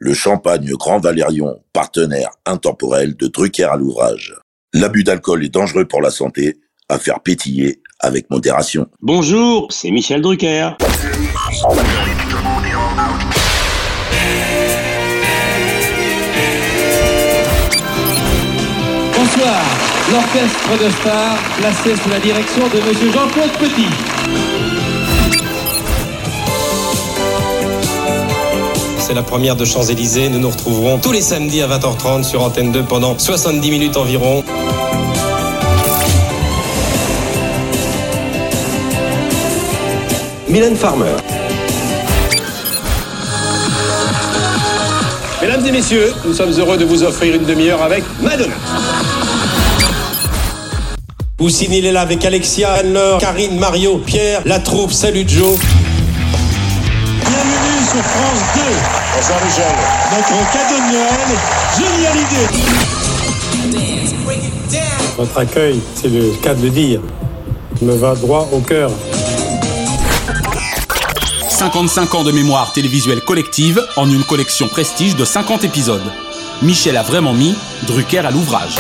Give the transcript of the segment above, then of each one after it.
le champagne Grand Valérion, partenaire intemporel de Drucker à l'ouvrage. L'abus d'alcool est dangereux pour la santé, à faire pétiller avec modération. Bonjour, c'est Michel Drucker. Bonsoir, l'orchestre de stars placé sous la direction de Monsieur Jean-Claude Petit. C'est la première de Champs-Élysées. Nous nous retrouverons tous les samedis à 20h30 sur Antenne 2 pendant 70 minutes environ. Mylène Farmer. Mesdames et messieurs, nous sommes heureux de vous offrir une demi-heure avec Madonna. Poussine, il est là avec Alexia, Anne-Laure, Karine, Mario, Pierre, la troupe, salut Joe. Bienvenue sur France 2. Bonsoir Michel. Notre cadeau de Noël, génial idée. Votre accueil, c'est le cas de le dire, me va droit au cœur. 55 ans de mémoire télévisuelle collective en une collection prestige de 50 épisodes. Michel a vraiment mis Drucker à l'ouvrage.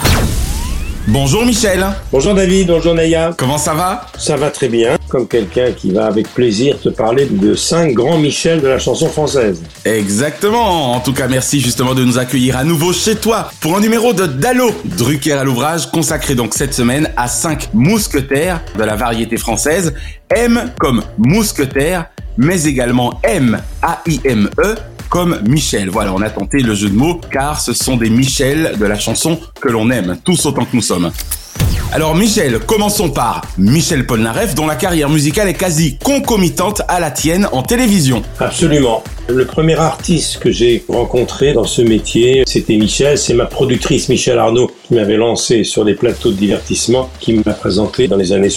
Bonjour Michel. Bonjour David, bonjour Naya. Comment ça va ? Ça va très bien, comme quelqu'un qui va avec plaisir te parler de 5 grands Michel de la chanson française. Exactement. En tout cas, merci justement de nous accueillir à nouveau chez toi pour un numéro de Dallo, Drucker à l'ouvrage, consacré donc cette semaine à 5 mousquetaires de la variété française. M comme mousquetaire, mais également M-A-I-M-E comme Michel. Voilà, on a tenté le jeu de mots car ce sont des Michel de la chanson que l'on aime, tous autant que nous sommes. Alors Michel, commençons par Michel Polnareff, dont la carrière musicale est quasi concomitante à la tienne en télévision. Absolument. Le premier artiste que j'ai rencontré dans ce métier, c'était Michel. C'est ma productrice Michel Arnaud qui m'avait lancé sur des plateaux de divertissement, qui m'a présenté dans les années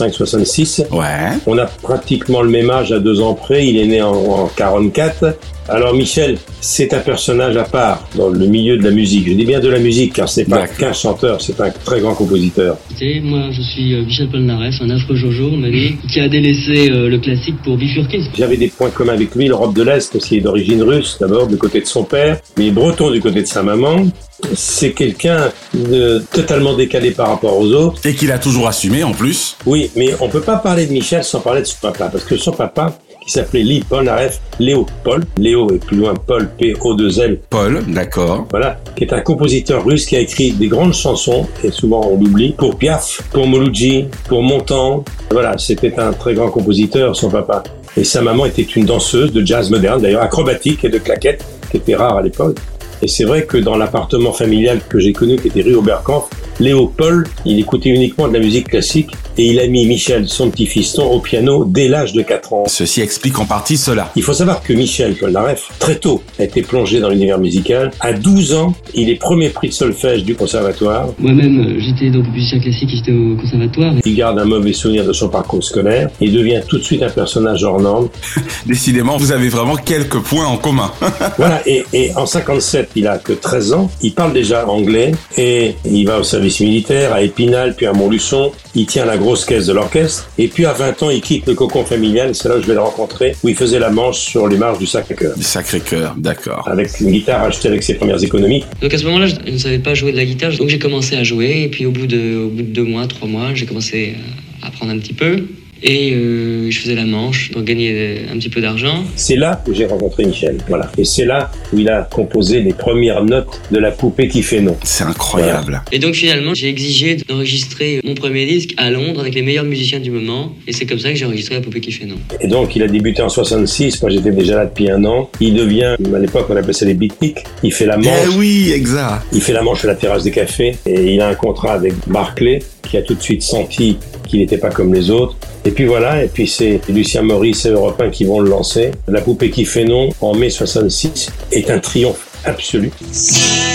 65-66. Ouais. On a pratiquement le même âge à 2 ans près. Il est né en 44. Alors Michel, c'est un personnage à part dans le milieu de la musique. Je dis bien de la musique car c'est pas qu'un chanteur, c'est un très grand compositeur. Moi je suis Michel Polnareff, un affreux Jojo, on m'a dit, qui a délaissé le classique pour bifurquer. J'avais des points communs avec lui, l'Europe de l'Est, parce qu'il est d'origine russe d'abord du côté de son père, mais breton du côté de sa maman. C'est quelqu'un de totalement décalé par rapport aux autres. Et qu'il a toujours assumé en plus. Oui, mais on peut pas parler de Michel sans parler de son papa, parce que son papa, qui s'appelait Lee Polnareff, Léo Paul. Léo est plus loin Paul, P-O-2-L. Paul, d'accord. Voilà, qui est un compositeur russe qui a écrit des grandes chansons, et souvent on l'oublie, pour Piaf, pour Mouloudji, pour Montand. Voilà, c'était un très grand compositeur, son papa. Et sa maman était une danseuse de jazz moderne, d'ailleurs acrobatique et de claquettes, qui était rare à l'époque. Et c'est vrai que dans l'appartement familial que j'ai connu, qui était rue Oberkampf, Léo Paul, il écoutait uniquement de la musique classique et il a mis Michel, son petit fiston, au piano dès l'âge de 4 ans. Ceci explique en partie cela. Il faut savoir que Michel Polnareff, très tôt, a été plongé dans l'univers musical. À 12 ans, il est premier prix de solfège du conservatoire. Moi-même, j'étais donc musicien classique et j'étais au conservatoire. Il garde un mauvais souvenir de son parcours scolaire et devient tout de suite un personnage hors norme. Décidément, vous avez vraiment quelques points en commun. Voilà, et en 57, il a que 13 ans. Il parle déjà anglais et il va au service militaire à Épinal, puis à Montluçon. Il tient la grosse caisse de l'orchestre. Et puis à 20 ans, il quitte le cocon familial. C'est là où je vais le rencontrer, où il faisait la manche sur les marches du Sacré-Cœur. Du Sacré-Cœur, d'accord. Avec une guitare achetée avec ses premières économies. Donc à ce moment-là, je ne savais pas jouer de la guitare. Donc j'ai commencé à jouer. Et puis au bout de 2 mois, 3 mois, j'ai commencé à apprendre un petit peu. Et je faisais la manche pour gagner un petit peu d'argent. C'est là où j'ai rencontré Michel, voilà. Et c'est là où il a composé les premières notes de La Poupée qui fait non. C'est incroyable. Voilà. Et donc finalement, j'ai exigé d'enregistrer mon premier disque à Londres avec les meilleurs musiciens du moment. Et c'est comme ça que j'ai enregistré La Poupée qui fait non. Et donc il a débuté en 66, moi j'étais déjà là depuis 1 an. Il devient, à l'époque on appelait ça les beatniks, il fait la manche. Eh oui, exact. Il fait la manche à la terrasse des cafés et il a un contrat avec Barclay qui a tout de suite senti qu'il n'était pas comme les autres. Et puis voilà, et puis c'est Lucien Maurice et Europe 1 qui vont le lancer. La Poupée qui fait non, en mai 66, est un triomphe absolu. C'est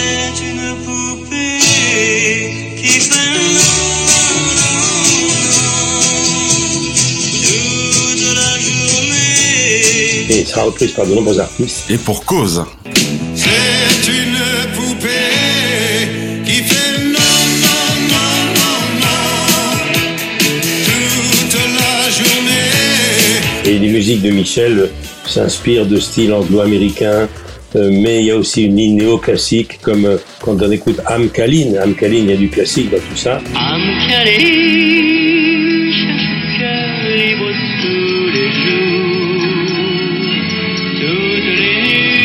une poupée qui fait non, toute la journée. Et sera reprise par de nombreux artistes. Et pour cause. C'est une poupée qui fait non, non, non, non, non, toute la journée. Et les musiques de Michel s'inspirent de styles anglo-américains, mais il y a aussi une ligne néoclassique, comme quand on écoute Amkaline, il y a du classique dans tout ça. Amkaline, cherche le cœur libre tous les jours, toutes les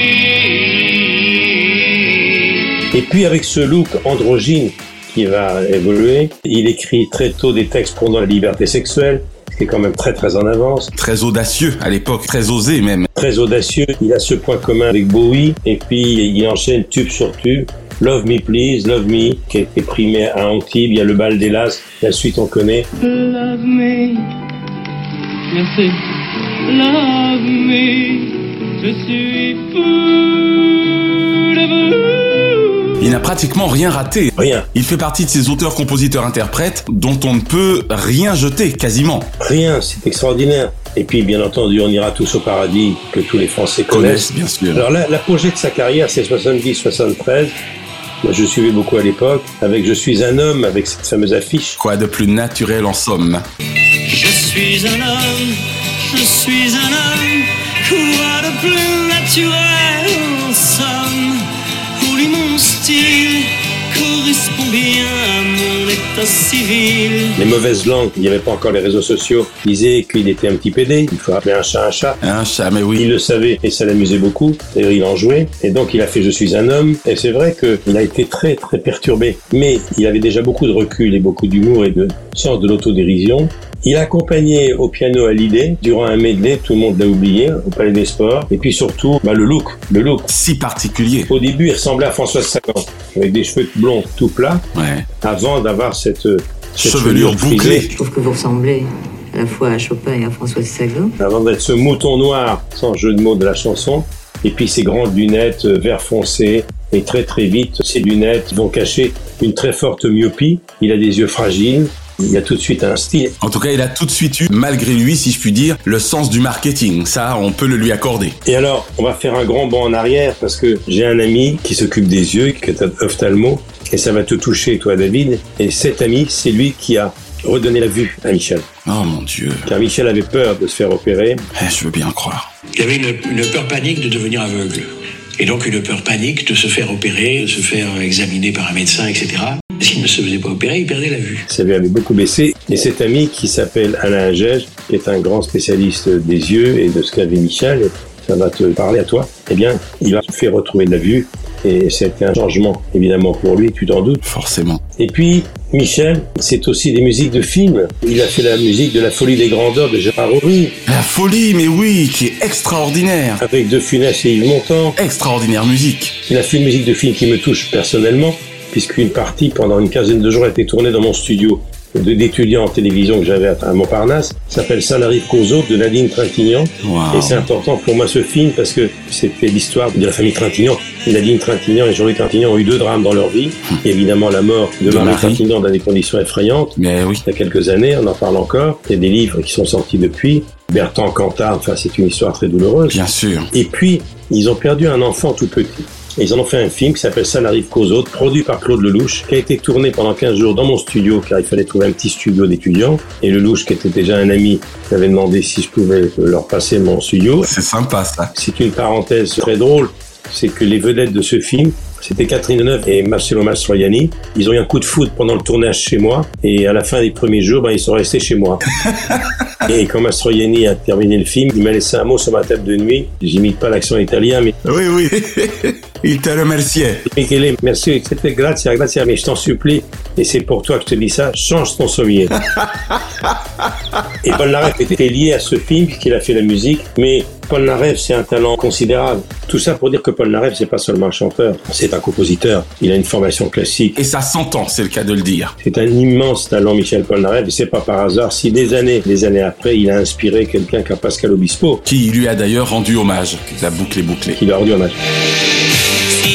nuits. Et puis avec ce look androgyne qui va évoluer, il écrit très tôt des textes prônant la liberté sexuelle, qui est quand même très très en avance. Très audacieux à l'époque, très osé même. Très audacieux, il a ce point commun avec Bowie, et puis il enchaîne tube sur tube. Love Me Please, Love Me, qui a été primé à Antibes, il y a le bal des Las, la suite on connaît. Love me, merci. Love me, je suis fou de vous. Il n'a pratiquement rien raté. Rien. Il fait partie de ces auteurs-compositeurs-interprètes dont on ne peut rien jeter, quasiment. Rien, c'est extraordinaire. Et puis, bien entendu, On ira tous au paradis, que tous les Français connaissent. Bien sûr. Alors là, l'apogée de sa carrière, c'est 70-73. Moi, je suivais beaucoup à l'époque, avec Je suis un homme, avec cette fameuse affiche. Quoi de plus naturel en somme? Je suis un homme, je suis un homme. Quoi de plus naturel en somme? Oui, mon style correspond bien à mon état civil. Les mauvaises langues, il n'y avait pas encore les réseaux sociaux, disaient qu'il était un petit pédé, il faut appeler un chat un chat. Un chat, mais oui. Il le savait et ça l'amusait beaucoup, d'ailleurs il en jouait, et donc il a fait Je suis un homme, et c'est vrai qu'il a été très très perturbé, mais il avait déjà beaucoup de recul et beaucoup d'humour et de sens de l'autodérision. Il a accompagné au piano Hallyday durant un medley, tout le monde l'a oublié, au Palais des Sports. Et puis surtout, le look. Si particulier. Au début, il ressemblait à François Sagan, avec des cheveux blonds tout plats, avant d'avoir cette chevelure bouclée. Je trouve que vous ressemblez à la fois à Chopin et à François Sagan. Avant d'être ce mouton noir, sans jeu de mots de la chanson, et puis ces grandes lunettes vert foncé, et très très vite, ces lunettes vont cacher une très forte myopie. Il a des yeux fragiles. Il y a tout de suite un style. En tout cas, il a tout de suite eu, malgré lui, si je puis dire, le sens du marketing. Ça, on peut le lui accorder. Et alors, on va faire un grand bond en arrière parce que j'ai un ami qui s'occupe des yeux, qui est un ophtalmo, et ça va te toucher, toi, David. Et cet ami, c'est lui qui a redonné la vue à Michel. Oh mon Dieu. Car Michel avait peur de se faire opérer. Je veux bien croire. Il y avait une peur panique de devenir aveugle. Et donc une peur panique de se faire opérer, de se faire examiner par un médecin, etc. S'il ne se faisait pas opérer, il perdait la vue. Ça lui avait beaucoup baissé. Et cet ami qui s'appelle Alain Agege, qui est un grand spécialiste des yeux et de ce qu'avait Michel, ça va te parler à toi, eh bien, il va te faire retrouver de la vue. Et c'était un changement, évidemment, pour lui, tu t'en doutes. Forcément. Et puis, Michel, c'est aussi des musiques de films. Il a fait la musique de La Folie des Grandeurs de Gérard Horry. La Folie, mais oui, qui est extraordinaire. Avec De Funès et Yves Montand. Extraordinaire musique. Il a fait une musique de film qui me touche personnellement, puisqu'une partie, pendant une quinzaine de jours, a été tournée dans mon studio d'étudiants en télévision que j'avais à Montparnasse, s'appelle Ça n'arrive qu'aux autres de Nadine Trintignant. Wow. Et c'est important pour moi ce film parce que c'était l'histoire de la famille Trintignant. Nadine Trintignant et Jean-Louis Trintignant ont eu 2 drames dans leur vie. Et évidemment la mort de Marie Trintignant dans des conditions effrayantes. Mais oui. Il y a quelques années, on en parle encore. Il y a des livres qui sont sortis depuis. Bertrand Cantat, enfin c'est une histoire très douloureuse. Bien sûr. Et puis, ils ont perdu un enfant tout petit. Et ils en ont fait un film qui s'appelle Ça n'arrive qu'aux autres, produit par Claude Lelouch, qui a été tourné pendant 15 jours dans mon studio, car il fallait trouver un petit studio d'étudiants. Et Lelouch, qui était déjà un ami, m'avait demandé si je pouvais leur passer mon studio. C'est sympa, ça. C'est une parenthèse très drôle, c'est que les vedettes de ce film, c'était Catherine Deneuve et Marcello Mastroianni. Ils ont eu un coup de foudre pendant le tournage chez moi, et à la fin des premiers jours, ils sont restés chez moi. Et quand Mastroianni a terminé le film, il m'a laissé un mot sur ma table de nuit. J'imite pas l'accent italien, mais... Oui. Il te remerciait. Michele, merci, c'était grazie, mais je t'en supplie, et c'est pour toi que je te dis ça, change ton sommier. Et Paul Naref était lié à ce film, puisqu'il a fait la musique, mais Paul Naref, c'est un talent considérable. Tout ça pour dire que Paul Naref, c'est pas seulement un chanteur, c'est un compositeur. Il a une formation classique. Et ça s'entend, c'est le cas de le dire. C'est un immense talent, Michel Polnareff, et c'est pas par hasard si des années après, il a inspiré quelqu'un comme Pascal Obispo. Qui lui a d'ailleurs rendu hommage. La boucle est bouclée. Qui lui a rendu hommage. Si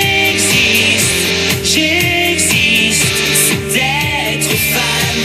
j'existe, c'est d'être fan.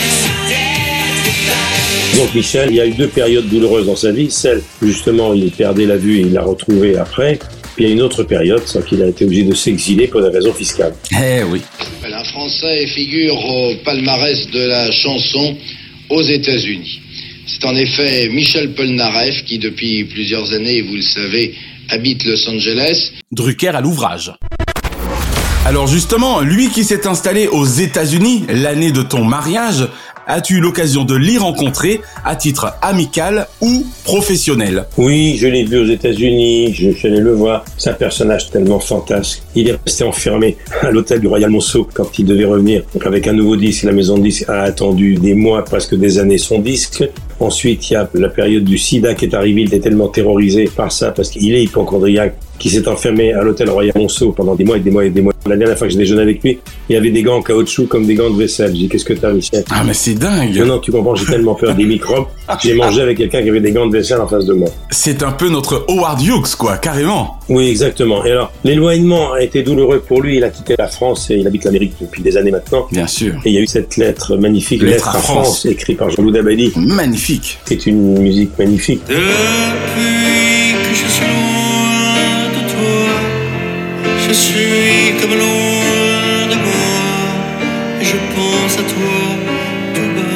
Donc Michel, il y a eu 2 périodes douloureuses dans sa vie. Celle, justement, il perdait la vue et il l'a retrouvée après. Puis il y a une autre période, sans qu'il a été obligé de s'exiler pour des raisons fiscales. Eh oui. Un Français figure au palmarès de la chanson aux États-Unis. C'est en effet Michel Polnareff qui, depuis plusieurs années, vous le savez, habite Los Angeles. Drucker à l'ouvrage. Alors justement, lui qui s'est installé aux États-Unis l'année de ton mariage, as-tu eu l'occasion de l'y rencontrer à titre amical ou professionnel? Oui, je l'ai vu aux États-Unis, je suis allé le voir. C'est un personnage tellement fantasque. Il est resté enfermé à l'hôtel du Royal Monceau quand il devait revenir. Donc avec un nouveau disque, la maison de disques a attendu des mois, presque des années son disque. Ensuite, il y a la période du sida qui est arrivée. Il était tellement terrorisé par ça parce qu'il est hypochondriaque, qui s'est enfermé à l'hôtel Royal Monceau pendant des mois et des mois et des mois. La dernière fois que j'ai déjeuné avec lui, il y avait des gants en caoutchouc comme des gants de vaisselle. J'ai dit, qu'est-ce que t'as, Michel? Ah, mais c'est dingue! Non, tu comprends, j'ai tellement peur des microbes. J'ai mangé avec quelqu'un qui avait des gants de vaisselle en face de moi. C'est un peu notre Howard Hughes, quoi, carrément. Oui, exactement. Et alors, l'éloignement a été douloureux pour lui. Il a quitté la France et il habite l'Amérique depuis des années maintenant. Bien sûr. Et il y a eu cette lettre magnifique, Lettre à France, écrite par Jean-Loup Dabadi. Magnifique. C'est une musique magnifique. Depuis que je suis loin de toi, je suis comme loin de moi, et je pense à toi tout bas.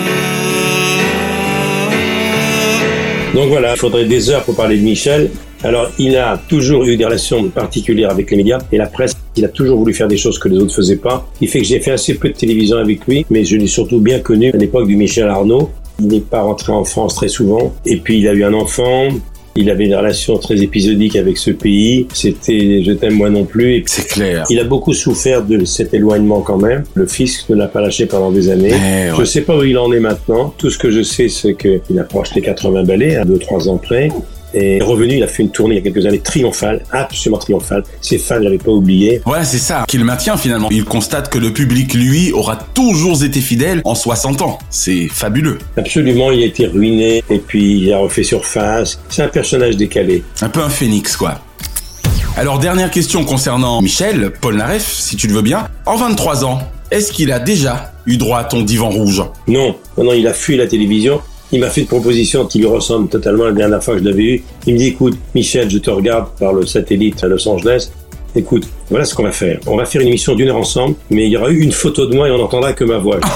Donc voilà, il faudrait des heures pour parler de Michel. Alors, il a toujours eu des relations particulières avec les médias et la presse. Il a toujours voulu faire des choses que les autres faisaient pas. Il fait que j'ai fait assez peu de télévision avec lui, mais je l'ai surtout bien connu à l'époque du Michel Arnaud. Il n'est pas rentré en France très souvent. Et puis, il a eu un enfant. Il avait des relations très épisodiques avec ce pays. C'était « je t'aime moi non plus ». C'est clair. Il a beaucoup souffert de cet éloignement quand même. Le fisc ne l'a pas lâché pendant des années. Ouais. Je sais pas où il en est maintenant. Tout ce que je sais, c'est qu'il approche les 80 ballets à 2-3 ans près. Et revenu, il a fait une tournée il y a quelques années triomphale, absolument triomphale. Ses fans ne l'avaient pas oublié. Ouais, c'est ça qui le maintient finalement. Il constate que le public, lui, aura toujours été fidèle en 60 ans. C'est fabuleux. Absolument, il a été ruiné et puis il a refait surface. C'est un personnage décalé. Un peu un phénix, quoi. Alors, dernière question concernant Michel Polnareff, si tu le veux bien. En 23 ans, est-ce qu'il a déjà eu droit à ton divan rouge? Non, il a fui la télévision. Il m'a fait une proposition qui lui ressemble totalement la dernière fois que je l'avais eu. Il me dit, écoute, Michel, je te regarde par le satellite à Los Angeles. Écoute, voilà ce qu'on va faire. On va faire une émission d'1 heure ensemble, mais il y aura eu une photo de moi et on n'entendra que ma voix.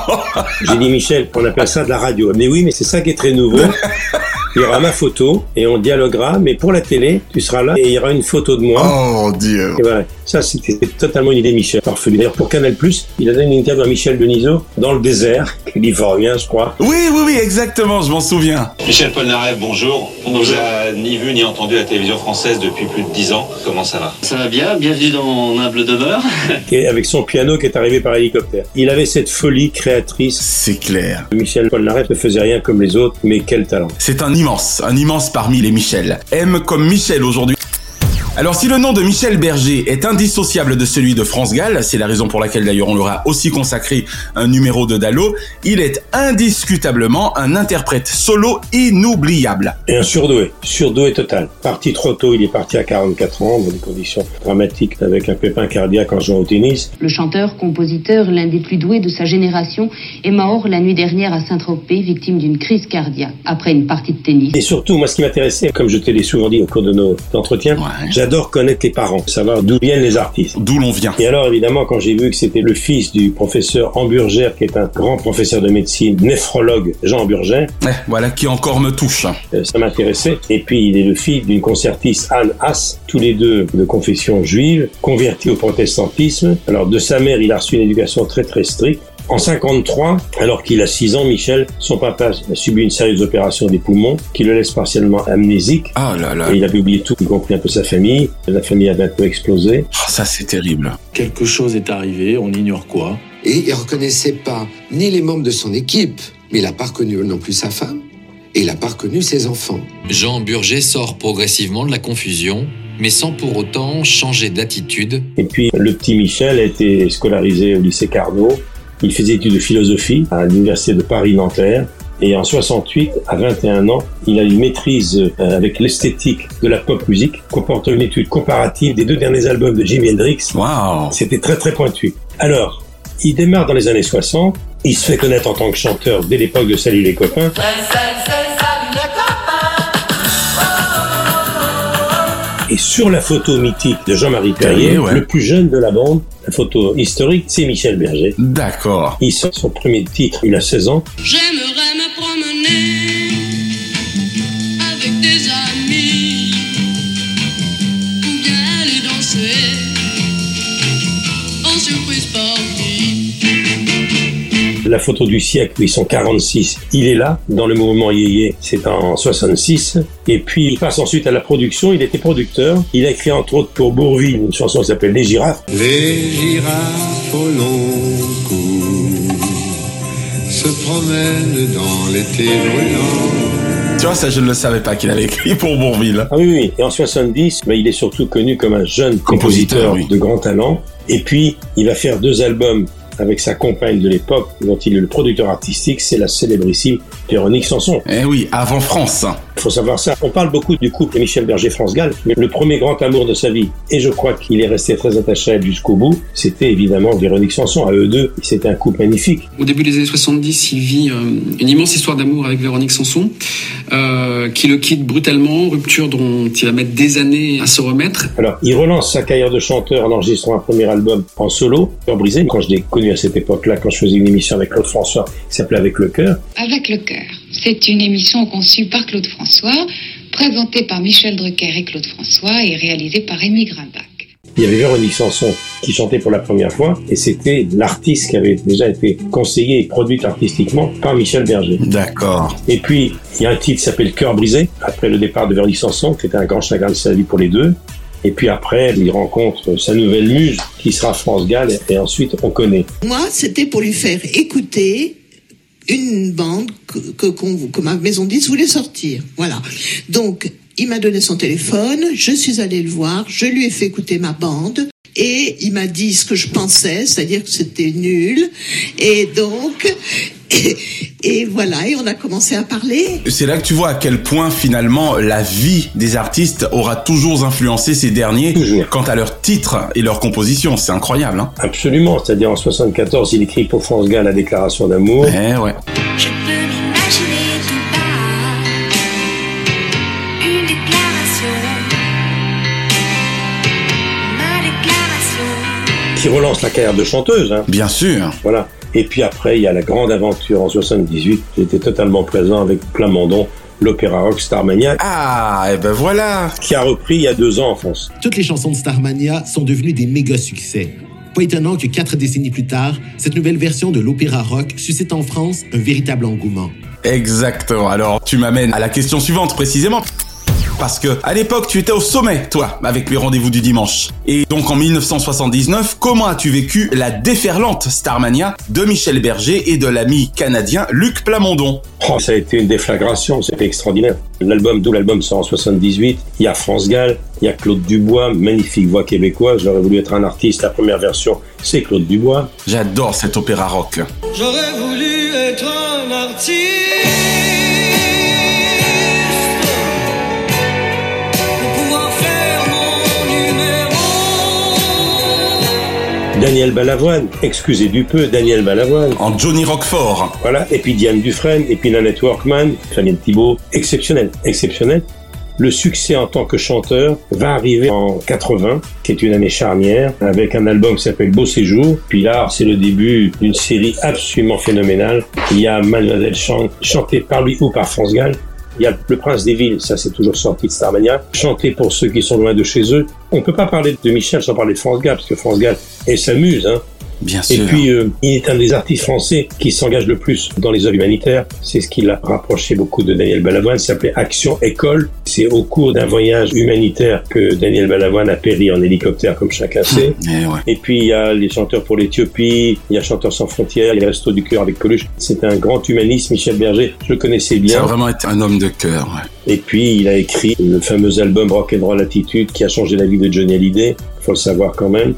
J'ai dit, Michel, on appelle ça de la radio. Mais oui, mais c'est ça qui est très nouveau. Il y aura ma photo et on dialoguera, mais pour la télé, tu seras là et il y aura une photo de moi. Oh Dieu. Et voilà. Ça, c'était totalement une idée de Michel. Parfait. D'ailleurs, pour Canal+, il a donné une interview à Michel Denisot dans le désert, californien, je crois. Oui, exactement, je m'en souviens. Michel Polnareff, bonjour. On ne vous a ni vu ni entendu à la télévision française depuis plus de 10 ans. Comment ça va? Ça va bien, bienvenue dans mon humble demeure. Et avec son piano qui est arrivé par hélicoptère. Il avait cette folie créatrice. C'est clair. Michel Polnareff ne faisait rien comme les autres, mais quel talent. C'est un immense parmi les Michel. M comme Michel aujourd'hui. Alors si le nom de Michel Berger est indissociable de celui de France Gall, c'est la raison pour laquelle d'ailleurs on leur a aussi consacré un numéro de Dallo, il est indiscutablement un interprète solo inoubliable. Et un surdoué total. Parti trop tôt, il est parti à 44 ans dans des conditions dramatiques avec un pépin cardiaque en jouant au tennis. Le chanteur, compositeur, l'un des plus doués de sa génération, est mort la nuit dernière à Saint-Tropez, victime d'une crise cardiaque après une partie de tennis. Et surtout, moi ce qui m'intéressait, comme je te l'ai souvent dit au cours de nos entretiens, j'adore connaître les parents, savoir d'où viennent les artistes. D'où l'on vient. Et alors, évidemment, quand j'ai vu que c'était le fils du professeur Hamburger, qui est un grand professeur de médecine, néphrologue, Jean Hamburger. Voilà qui encore me touche. Ça m'intéressait. Et puis, il est le fils d'une concertiste, Anne Haas, tous les deux de confession juive, convertis au protestantisme. Alors, de sa mère, il a reçu une éducation très, très stricte. En 53, alors qu'il a 6 ans, Michel, son papa a subi une sérieuse opération des poumons qui le laisse partiellement amnésique. Ah là là. Et il avait oublié tout, y compris un peu sa famille. La famille avait un peu explosé. Oh, ça, c'est terrible. Quelque chose est arrivé, on ignore quoi. Et il reconnaissait pas ni les membres de son équipe, mais il n'a pas reconnu non plus sa femme, et il n'a pas reconnu ses enfants. Jean Burger sort progressivement de la confusion, mais sans pour autant changer d'attitude. Et puis, le petit Michel a été scolarisé au lycée Carnot. Il faisait études de philosophie à l'université de Paris-Nanterre. Et en 68, à 21 ans, il a une maîtrise avec l'esthétique de la pop musique, comportant une étude comparative des 2 derniers albums de Jimi Hendrix. Wow. C'était très très pointu. Alors, il démarre dans les années 60. Il se fait connaître en tant que chanteur dès l'époque de Salut les copains. Et sur la photo mythique de Jean-Marie Perrier, le plus jeune de la bande, la photo historique, c'est Michel Berger. D'accord. Il sort son premier titre, il a 16 ans. J'aimerais me promener avec des amis La photo du siècle, ils sont 46. Il est là, dans le mouvement Yéyé, c'est en 66. Et puis, il passe ensuite à la production. Il était producteur. Il a écrit entre autres pour Bourvil une chanson qui s'appelle Les Girafes. Les girafes au long cou se promènent dans l'été brûlant. Tu vois, ça, je ne le savais pas qu'il avait écrit pour Bourvil. Ah oui. Et en 70, il est surtout connu comme un jeune compositeur de grand talent. Et puis, il va faire 2 albums avec sa compagne de l'époque, dont il est le producteur artistique, c'est la célébrissime Véronique Sanson. Eh oui, avant France. Il faut savoir ça. On parle beaucoup du couple Michel Berger-France Gall, mais le premier grand amour de sa vie, et je crois qu'il est resté très attaché à elle jusqu'au bout, c'était évidemment Véronique Sanson. À eux deux, c'était un couple magnifique. Au début des années 70, il vit une immense histoire d'amour avec Véronique Sanson, qui le quitte brutalement, rupture dont il va mettre des années à se remettre. Alors, il relance sa carrière de chanteur en enregistrant un premier album en solo, Cœur brisé. Quand je l'ai connu à cette époque-là, quand je faisais une émission avec Claude François, qui s'appelait Avec le cœur. Avec le cœur. C'est une émission conçue par Claude François, présentée par Michel Drucker et Claude François et réalisée par Rémi Grabach. Il y avait Véronique Sanson qui chantait pour la première fois et c'était l'artiste qui avait déjà été conseillé et produit artistiquement par Michel Berger. D'accord. Et puis, il y a un titre qui s'appelle Cœur brisé, après le départ de Véronique Sanson, qui était un grand chagrin de sa vie pour les deux. Et puis après, il rencontre sa nouvelle muse, qui sera France Gall, et ensuite, on connaît. Moi, c'était pour lui faire écouter une bande que ma maison de disques voulait sortir. Voilà. Donc, il m'a donné son téléphone, je suis allée le voir, je lui ai fait écouter ma bande, et il m'a dit ce que je pensais, c'est-à-dire que c'était nul. Et donc... Et voilà, et on a commencé à parler. C'est là que tu vois à quel point finalement la vie des artistes aura toujours influencé ces derniers quant à leurs titres et leurs compositions. C'est incroyable, hein. Absolument, c'est-à-dire en 74, il écrit pour France Gall la déclaration d'amour. Ouais. Je peux m'imaginer tout bas, une déclaration, ma déclaration. Qui relance la carrière de chanteuse, hein. Bien sûr. Voilà. Et puis après, il y a la grande aventure en 78. J'étais totalement présent avec Plamondon, l'opéra rock Starmania. Ah, et ben voilà. Qui a repris il y a 2 ans en France. Toutes les chansons de Starmania sont devenues des méga succès. Pas étonnant que 4 décennies plus tard, cette nouvelle version de l'opéra rock suscite en France un véritable engouement. Exactement. Alors, tu m'amènes à la question suivante précisément. Parce que, à l'époque, tu étais au sommet, toi, avec les rendez-vous du dimanche. Et donc, en 1979, comment as-tu vécu la déferlante Starmania de Michel Berger et de l'ami canadien Luc Plamondon? Oh, ça a été une déflagration, c'était extraordinaire. D'où l'album sort en 78. Il y a France Gall, il y a Claude Dubois, magnifique voix québécoise. J'aurais voulu être un artiste, la première version, c'est Claude Dubois. J'adore cet opéra rock. J'aurais voulu être un artiste. Daniel Balavoine, excusez du peu, Daniel Balavoine. En Johnny Roquefort. Voilà, et puis Diane Dufresne, et puis Nanette Workman, Fabienne Thibault. Exceptionnel. Le succès en tant que chanteur va arriver en 80, qui est une année charnière, avec un album qui s'appelle Beau Séjour. Puis là, c'est le début d'une série absolument phénoménale. Il y a Mademoiselle Chante, chantée par lui ou par France Gall. Il y a Le Prince des Villes, ça c'est toujours sorti de Starmania, chanté pour ceux qui sont loin de chez eux. On peut pas parler de Michel sans parler de France Gall, parce que France Gall, elle s'amuse, hein. Bien sûr. Et puis, il est un des artistes français qui s'engage le plus dans les œuvres humanitaires. C'est ce qui l'a rapproché beaucoup de Daniel Balavoine. Ça s'appelait Action École. C'est au cours d'un voyage humanitaire que Daniel Balavoine a péri en hélicoptère, comme chacun sait. Et puis, il y a les chanteurs pour l'Éthiopie, il y a Chanteurs sans frontières, il y a les Restos du Cœur avec Coluche. C'est un grand humaniste, Michel Berger. Je le connaissais bien. Ça a vraiment été un homme de cœur, ouais. Et puis, il a écrit le fameux album Rock'n'Roll Attitude qui a changé la vie de Johnny Hallyday. Faut le savoir quand même.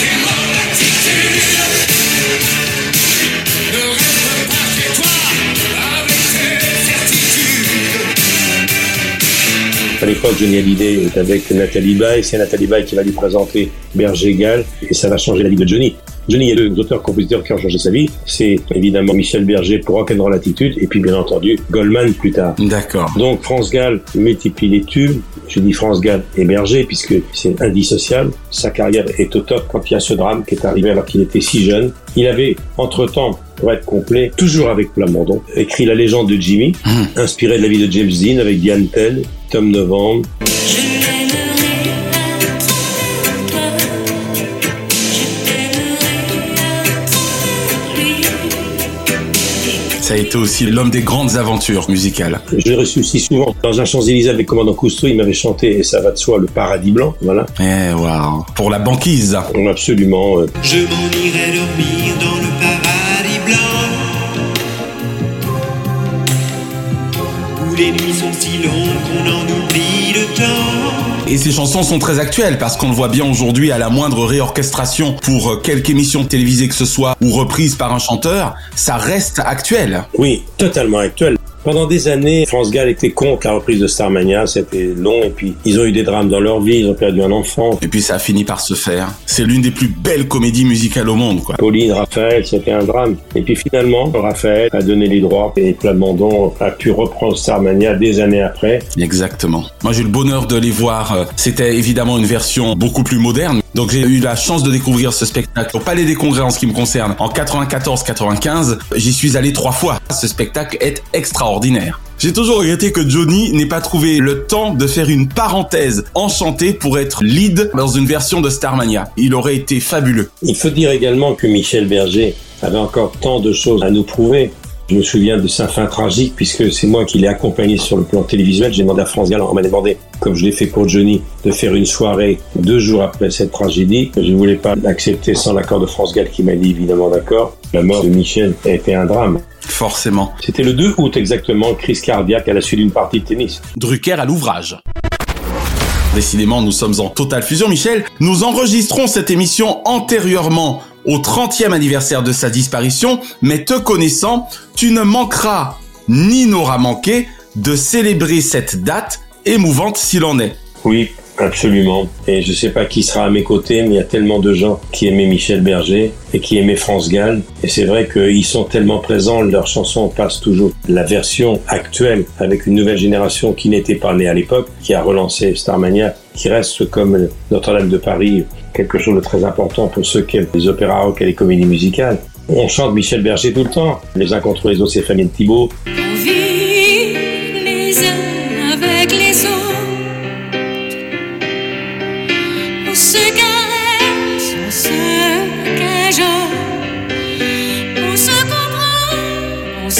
À l'époque, Johnny Hallyday est avec Nathalie Baye. C'est Nathalie Baye qui va lui présenter Berger Gall et ça va changer la vie de Johnny. Johnny est le auteur-compositeur qui a changé sa vie. C'est évidemment Michel Berger pour Rock'n'Roll Attitude et puis bien entendu Goldman plus tard. D'accord. Donc France Gall multiplie les tubes. Je dis France Gall et Berger puisque c'est indissociable. Sa carrière est au top quand il y a ce drame qui est arrivé alors qu'il était si jeune. Il avait entre-temps, pour être complet, toujours avec Plamondon, écrit La légende de Jimmy, inspiré de la vie de James Dean avec Diane Tell, Tom Novembre. Ça a été aussi l'homme des grandes aventures musicales. Je l'ai reçu aussi souvent dans un Champs-Élysées avec Commandant Cousteau. Il m'avait chanté, et ça va de soi, le Paradis Blanc. Voilà. Waouh. Pour la banquise. Absolument. Je m'en irai dormir dans le paradis blanc, où les nuits sont si longues qu'on en oublie le temps. Et ces chansons sont très actuelles parce qu'on le voit bien aujourd'hui à la moindre réorchestration pour quelque émission télévisée que ce soit ou reprise par un chanteur, ça reste actuel. Oui, totalement actuel. Pendant des années, France Gall était contre la reprise de Starmania, c'était long et puis ils ont eu des drames dans leur vie, ils ont perdu un enfant. Et puis ça a fini par se faire. C'est l'une des plus belles comédies musicales au monde, quoi. Pauline, Raphaël, c'était un drame. Et puis finalement, Raphaël a donné les droits et Plamondon a pu reprendre Starmania des années après. Exactement. Moi j'ai eu le bonheur de les voir. C'était évidemment une version beaucoup plus moderne. Donc j'ai eu la chance de découvrir ce spectacle au Palais des Congrès en ce qui me concerne. En 94-95, j'y suis allé 3 fois. Ce spectacle est extraordinaire. J'ai toujours regretté que Johnny n'ait pas trouvé le temps de faire une parenthèse enchantée pour être lead dans une version de Starmania. Il aurait été fabuleux. Il faut dire également que Michel Berger avait encore tant de choses à nous prouver. Je me souviens de sa fin tragique puisque c'est moi qui l'ai accompagné sur le plan télévisuel. J'ai demandé à France Gall, on m'a demandé, comme je l'ai fait pour Johnny, de faire une soirée 2 jours après cette tragédie. Je ne voulais pas l'accepter sans l'accord de France Gall qui m'a dit évidemment d'accord. La mort de Michel a été un drame. Forcément. C'était le 2 août exactement, crise cardiaque à la suite d'une partie de tennis. Drucker à l'ouvrage. Décidément, nous sommes en totale fusion, Michel. Nous enregistrons cette émission antérieurement au 30e anniversaire de sa disparition, mais te connaissant, tu ne manqueras ni n'auras manqué de célébrer cette date émouvante s'il en est. Oui, absolument. Et je sais pas qui sera à mes côtés, mais il y a tellement de gens qui aimaient Michel Berger et qui aimaient France Gall. Et c'est vrai qu'ils sont tellement présents, leurs chansons passent toujours. La version actuelle, avec une nouvelle génération qui n'était pas née à l'époque, qui a relancé Starmania, qui reste comme Notre-Dame de Paris, quelque chose de très important pour ceux qui aiment les opéras rock et les comédies musicales. On chante Michel Berger tout le temps. Les uns contre les autres, c'est Fabienne Thibault. On vit les uns avec les autres, on se caresse, on se cajole, on se comprend, on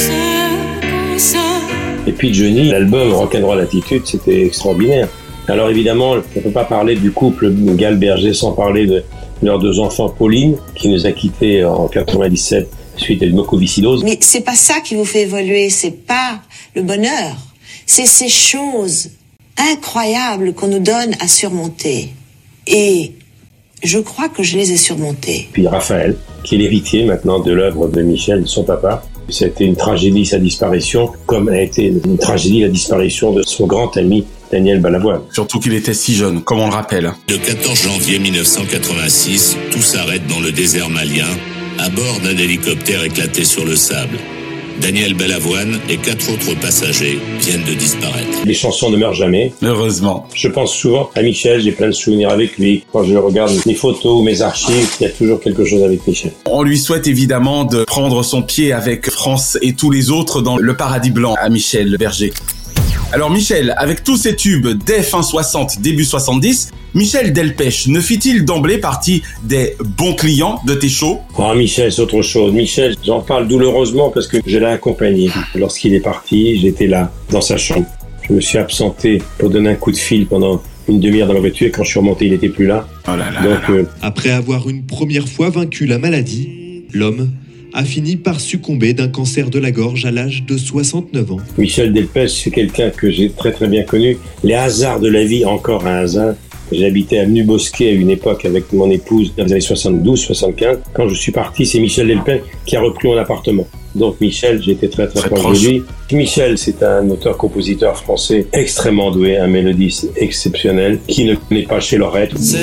se console. Et puis Johnny, l'album Rock'n'Roll Attitude, c'était extraordinaire. Alors évidemment, on ne peut pas parler du couple Gall-Berger sans parler de leurs 2 enfants, Pauline, qui nous a quittés en 97 suite à une mucoviscidose. Mais c'est pas ça qui vous fait évoluer, c'est pas le bonheur. C'est ces choses incroyables qu'on nous donne à surmonter. Et je crois que je les ai surmontées. Puis Raphaël, qui est l'héritier maintenant de l'œuvre de Michel, son papa. C'était une tragédie sa disparition, comme a été une tragédie la disparition de son grand ami Daniel Balavoine. Surtout qu'il était si jeune, comme on le rappelle. Le 14 janvier 1986, tout s'arrête dans le désert malien, à bord d'un hélicoptère éclaté sur le sable. Daniel Balavoine et 4 autres passagers viennent de disparaître. Les chansons ne meurent jamais. Heureusement. Je pense souvent à Michel, j'ai plein de souvenirs avec lui. Quand je regarde mes photos ou mes archives, il y a toujours quelque chose avec Michel. On lui souhaite évidemment de prendre son pied avec France et tous les autres dans le paradis blanc à Michel Berger. Alors Michel, avec tous ces tubes dès fin 60, début 70, Michel Delpech ne fit-il d'emblée partie des bons clients de tes shows ? Oh Michel, c'est autre chose. Michel, j'en parle douloureusement parce que je l'ai accompagné. Lorsqu'il est parti, j'étais là, dans sa chambre. Je me suis absenté pour donner un coup de fil pendant une demi-heure dans la voiture. Quand je suis remonté, il n'était plus là. Oh là là. Donc, Après avoir une première fois vaincu la maladie, l'homme a fini par succomber d'un cancer de la gorge à l'âge de 69 ans. Michel Delpech, c'est quelqu'un que j'ai très très bien connu. Les hasards de la vie, encore un hasard. J'habitais avenue Bosquet à une époque avec mon épouse dans les années 72-75. Quand je suis parti, c'est Michel Delpech qui a repris mon appartement. Donc Michel, j'étais très très proche de lui. Michel, c'est un auteur-compositeur français extrêmement doué, un mélodiste exceptionnel qui ne connaît pas chez Lorette. C'était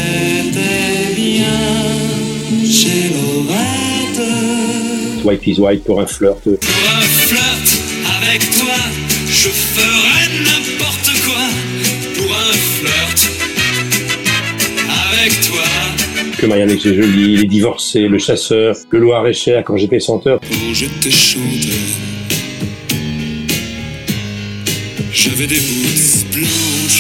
bien chez Lorette. White is White pour un flirt. Pour un flirt avec toi, je ferais n'importe quoi. Pour un flirt avec toi. Que Marianne était jolie, Les Divorcés, Le Chasseur, Le Loir-et-Cher quand j'étais chanteur. Oh, j'étais chanteur. J'avais des boules blanches,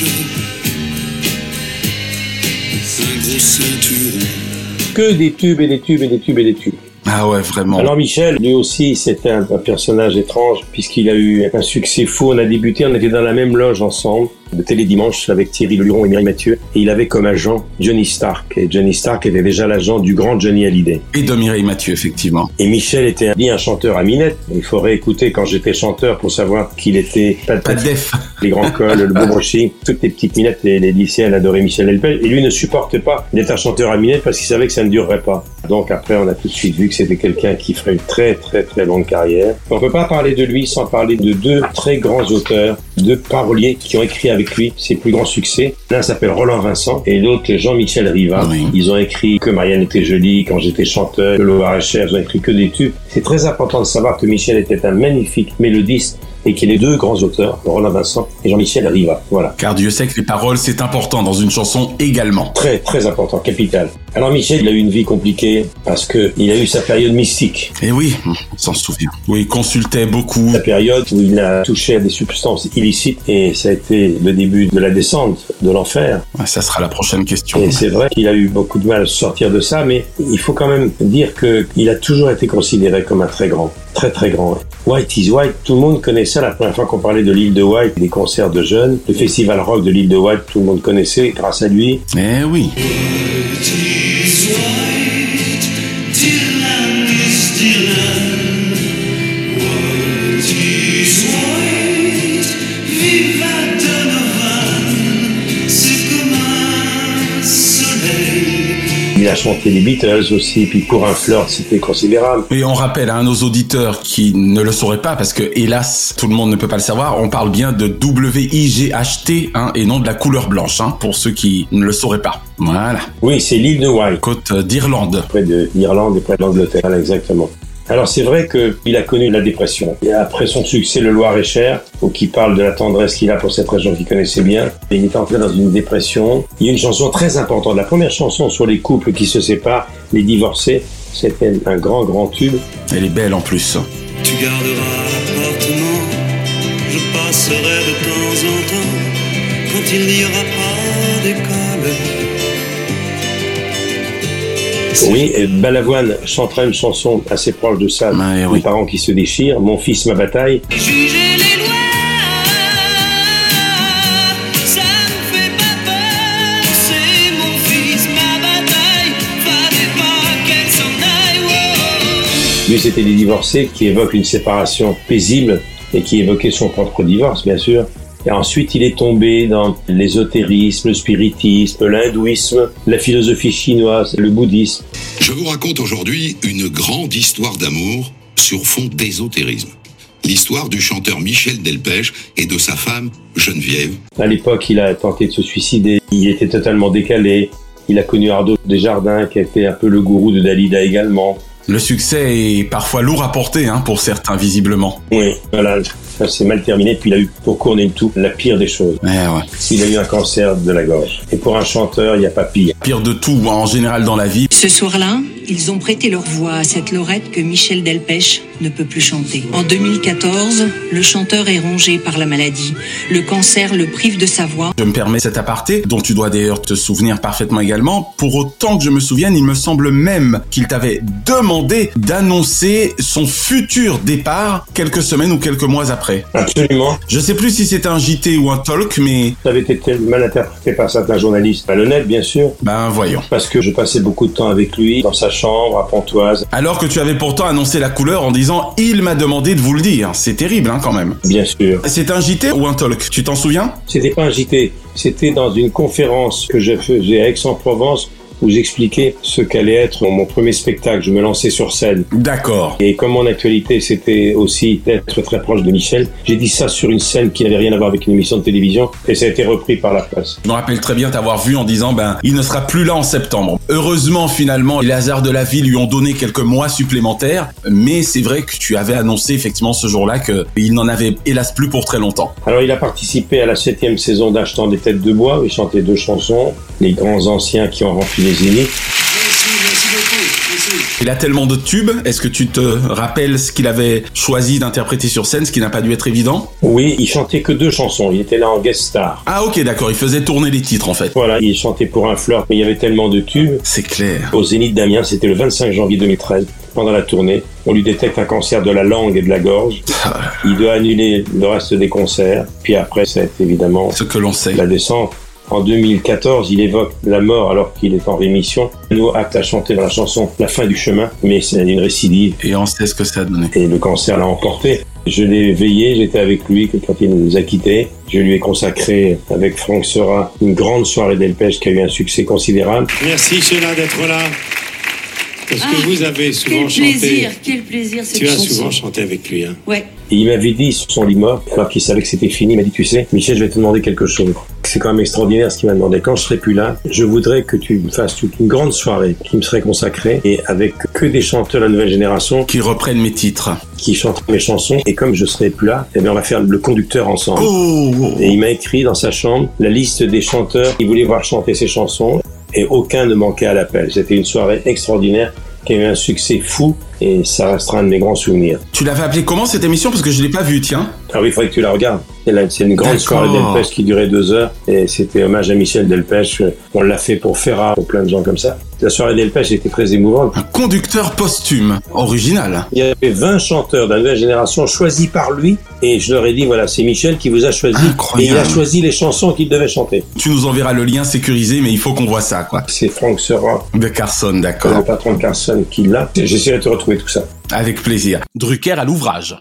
un gros ceinturon. Que des tubes et des tubes et des tubes et des tubes. Ah ouais, vraiment. Alors Michel, lui aussi, c'était un personnage étrange, puisqu'il a eu un succès fou. On était dans la même loge ensemble, de Télédimanche, avec Thierry Leluron et Mireille Mathieu, et il avait comme agent Johnny Stark, et Johnny Stark était déjà l'agent du grand Johnny Hallyday. Et de Mireille Mathieu, effectivement. Et Michel était un chanteur à minette. Il faut réécouter quand j'étais chanteur pour savoir qu'il était pas de def. Les grands cols, le beau brushing, toutes les petites minettes, les lycéens adoraient Michel Delpech, et lui ne supportait pas d'être un chanteur à minette parce qu'il savait que ça ne durerait pas. Donc après, on a tout de suite vu que c'était quelqu'un qui ferait une très très très longue carrière. On peut pas parler de lui sans parler de deux très grands auteurs, deux paroliers qui ont écrit avec lui ses plus grands succès. L'un s'appelle Roland Vincent et l'autre Jean-Michel Riva. Oui. Ils ont écrit Que Marianne était jolie, Quand j'étais chanteur, Le Loir-et-Cher, ils ont écrit que des tubes. C'est très important de savoir que Michel était un magnifique mélodiste et qu'il est deux grands auteurs, Roland Vincent et Jean-Michel Riva. Voilà. Car Dieu sait que les paroles, c'est important dans une chanson également. Très, très important, capital. Alors Michel, il a eu une vie compliquée parce que il a eu sa période mystique. Et oui, on s'en souvient. Oui, il consultait beaucoup. La période où il a touché à des substances illicites et ça a été le début de la descente, de l'enfer. Ouais, ça sera la prochaine question. Et c'est vrai qu'il a eu beaucoup de mal à sortir de ça, mais il faut quand même dire qu'il a toujours été considéré comme un très grand. Très très grand. White is White, tout le monde connaît ça. La première fois qu'on parlait de l'île de White, des concerts de jeunes, le festival rock de l'île de White, tout le monde connaissait grâce à lui. Eh oui. Il a chanté les Beatles aussi, puis pour un flirt, c'était considérable. Et on rappelle à nos auditeurs qui ne le sauraient pas, parce que hélas, tout le monde ne peut pas le savoir, on parle bien de W-I-G-H-T, et non de la couleur blanche, pour ceux qui ne le sauraient pas. Voilà. Oui, c'est l'île de White. Côte d'Irlande. Près de l'Irlande et près de l'Angleterre, exactement. Alors c'est vrai qu'il a connu la dépression. Et après son succès, Le Loir-et-Cher, qui parle de la tendresse qu'il a pour cette région qu'il connaissait bien, et il est entré dans une dépression. Il y a une chanson très importante, la première chanson sur les couples qui se séparent, les divorcés, c'était un grand grand tube. Elle est belle en plus. Tu garderas l'appartement, je passerai de temps en temps, quand il n'y aura pas d'école. Oui, et Balavoine chantera une chanson assez proche de ça, Les parents qui se déchirent, Mon fils, ma bataille. Juger les lois, ça me fait pas peur, c'est mon fils, ma bataille, fallait pas qu'elle s'en aille. Oh. Lui, c'était des divorcés qui évoquent une séparation paisible et qui évoquaient son propre divorce, bien sûr. Et ensuite, il est tombé dans l'ésotérisme, le spiritisme, l'hindouisme, la philosophie chinoise, le bouddhisme. Je vous raconte aujourd'hui une grande histoire d'amour sur fond d'ésotérisme. L'histoire du chanteur Michel Delpech et de sa femme Geneviève. À l'époque, il a tenté de se suicider. Il était totalement décalé. Il a connu Arnaud Desjardins, qui a été un peu le gourou de Dalida également. Le succès est parfois lourd à porter, pour certains, visiblement. Oui, voilà. Ça s'est mal terminé, puis il a eu, pour couronner le tout, la pire des choses. Ouais. Il a eu un cancer de la gorge. Et pour un chanteur, il n'y a pas pire. Pire de tout, en général dans la vie. Ce soir-là, ils ont prêté leur voix à cette Lorette que Michel Delpech ne peut plus chanter. En 2014, le chanteur est rongé par la maladie. Le cancer le prive de sa voix. Je me permets cet aparté, dont tu dois d'ailleurs te souvenir parfaitement également. Pour autant que je me souvienne, il me semble même qu'il t'avait demandé d'annoncer son futur départ quelques semaines ou quelques mois après. Absolument. Je sais plus si c'était un JT ou un talk, mais... Ça avait été mal interprété par certains journalistes. Malhonnête, bien sûr. Ben voyons. Parce que je passais beaucoup de temps avec lui, dans sa chambre, à Pontoise. Alors que tu avais pourtant annoncé la couleur en disant « Il m'a demandé de vous le dire ». C'est terrible, quand même. Bien sûr. C'était un JT ou un talk? Tu t'en souviens? C'était pas un JT. C'était dans une conférence que je faisais à Aix-en-Provence, où j'expliquais ce qu'allait être mon premier spectacle. Je me lançais sur scène. D'accord. Et comme mon actualité, c'était aussi d'être très proche de Michel, j'ai dit ça sur une scène qui n'avait rien à voir avec une émission de télévision, et ça a été repris par la presse. Je me rappelle très bien t'avoir vu en disant, il ne sera plus là en septembre. Heureusement, finalement, les hasards de la vie lui ont donné quelques mois supplémentaires, mais c'est vrai que tu avais annoncé effectivement ce jour-là qu'il n'en avait hélas plus pour très longtemps. Alors, il a participé à la 7e saison d'Achetant des Têtes de Bois, où il chantait 2 chansons, les grands anciens qui ont rempli les zéniths. Merci beaucoup. Merci. Il a tellement de tubes. Est-ce que tu te rappelles ce qu'il avait choisi d'interpréter sur scène, ce qui n'a pas dû être évident? Oui, il chantait que 2 chansons. Il était là en guest star. Ah ok, d'accord. Il faisait tourner les titres en fait. Voilà, il chantait pour un flirt, mais il y avait tellement de tubes. C'est clair. Au Zénith d'Amiens, c'était le 25 janvier 2013. Pendant la tournée, on lui détecte un cancer de la langue et de la gorge. Il doit annuler le reste des concerts. Puis après, c'est évidemment ce que l'on sait. La descente. En 2014, il évoque la mort alors qu'il est en rémission. Il nous apte à chanter dans la chanson La fin du chemin, mais c'est une récidive. Et on sait ce que ça a donné. Et le cancer l'a emporté. Je l'ai veillé, j'étais avec lui quand il nous a quittés. Je lui ai consacré, avec Franck Seurat, une grande soirée Delpech qui a eu un succès considérable. Merci Sheila d'être là. Parce que vous avez souvent chanté. Quel plaisir, cette Tu as chanson. souvent chanté avec lui. Hein. Ouais. Et il m'avait dit sur son lit mort, alors qu'il savait que c'était fini, il m'a dit, tu sais, Michel, je vais te demander quelque chose. C'est quand même extraordinaire ce qu'il m'a demandé. Quand je serai plus là, je voudrais que tu me fasses toute une grande soirée qui me serait consacrée et avec que des chanteurs de la nouvelle génération qui reprennent mes titres, qui chantent mes chansons. Et comme je serai plus là, eh bien on va faire le conducteur ensemble. Et il m'a écrit dans sa chambre la liste des chanteurs qui voulaient voir chanter ses chansons et aucun ne manquait à l'appel. C'était une soirée extraordinaire qui a eu un succès fou et ça restera un de mes grands souvenirs. Tu l'avais appelé comment cette émission? Parce que je l'ai pas vue, tiens. Ah oui, il faudrait que tu la regardes. C'est une grande soirée Delpech qui durait 2 heures et c'était hommage à Michel Delpech. On l'a fait pour Ferrat, pour plein de gens comme ça. La soirée Delpech était très émouvante. Un conducteur posthume, original. Il y avait 20 chanteurs de la nouvelle génération choisis par lui et je leur ai dit, voilà, c'est Michel qui vous a choisi. Incroyable. Et il a choisi les chansons qu'il devait chanter. Tu nous enverras le lien sécurisé, mais il faut qu'on voit ça, quoi. C'est Franck Seurat. De Carson, d'accord. Le patron de Carson qui l'a. J'essaierai de te retrouver tout ça. Avec plaisir. Drucker à l'ouvrage.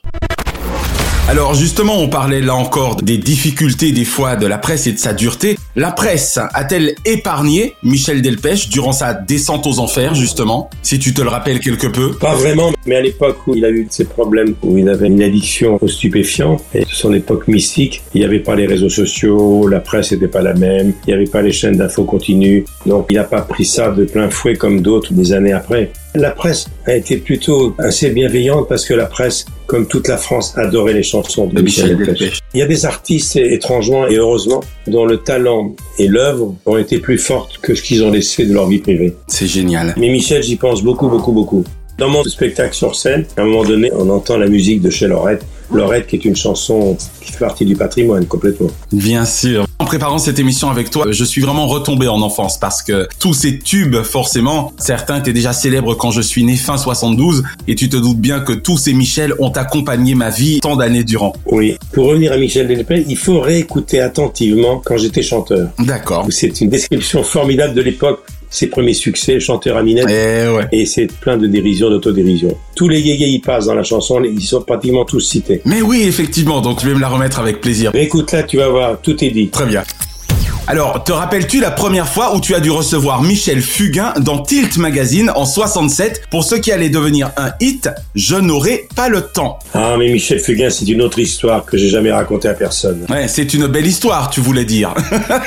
Alors justement, on parlait là encore des difficultés des fois de la presse et de sa dureté. La presse a-t-elle épargné Michel Delpech durant sa descente aux enfers, justement, si tu te le rappelles quelque peu? Pas vraiment, mais à l'époque où il a eu ses problèmes, où il avait une addiction aux stupéfiants, et son époque mystique, il n'y avait pas les réseaux sociaux, la presse n'était pas la même, il n'y avait pas les chaînes d'infos continues, donc il n'a pas pris ça de plein fouet comme d'autres des années après. La presse a été plutôt assez bienveillante parce que la presse, comme toute la France, adorait les chansons de Michel Delpech. Il y a des artistes, étrangement et heureusement, dont le talent et l'œuvre ont été plus fortes que ce qu'ils ont laissé de leur vie privée. C'est génial. Mais Michel, j'y pense beaucoup, beaucoup, beaucoup. Dans mon spectacle sur scène, à un moment donné, on entend la musique de chez Lorette. Lorette qui est une chanson qui fait partie du patrimoine complètement. Bien sûr. En préparant cette émission avec toi, je suis vraiment retombé en enfance parce que tous ces tubes, forcément, certains étaient déjà célèbres quand je suis né fin 72 et tu te doutes bien que tous ces Michel ont accompagné ma vie tant d'années durant. Oui. Pour revenir à Michel Delpech, il faut réécouter attentivement quand j'étais chanteur. D'accord. C'est une description formidable de l'époque. Ses premiers succès, chanteur à Minette. Et c'est plein de dérision, d'autodérision. Tous les yéyés y passent dans la chanson, ils sont pratiquement tous cités. Mais oui, effectivement, donc je vais me la remettre avec plaisir. Mais écoute là, tu vas voir, tout est dit. Très bien. Alors, te rappelles-tu la première fois où tu as dû recevoir Michel Fugain dans Tilt Magazine en 67 pour ce qui allait devenir un hit, Je n'aurai pas le temps? Ah, mais Michel Fugain, c'est une autre histoire que j'ai jamais racontée à personne. Ouais, c'est une belle histoire, tu voulais dire.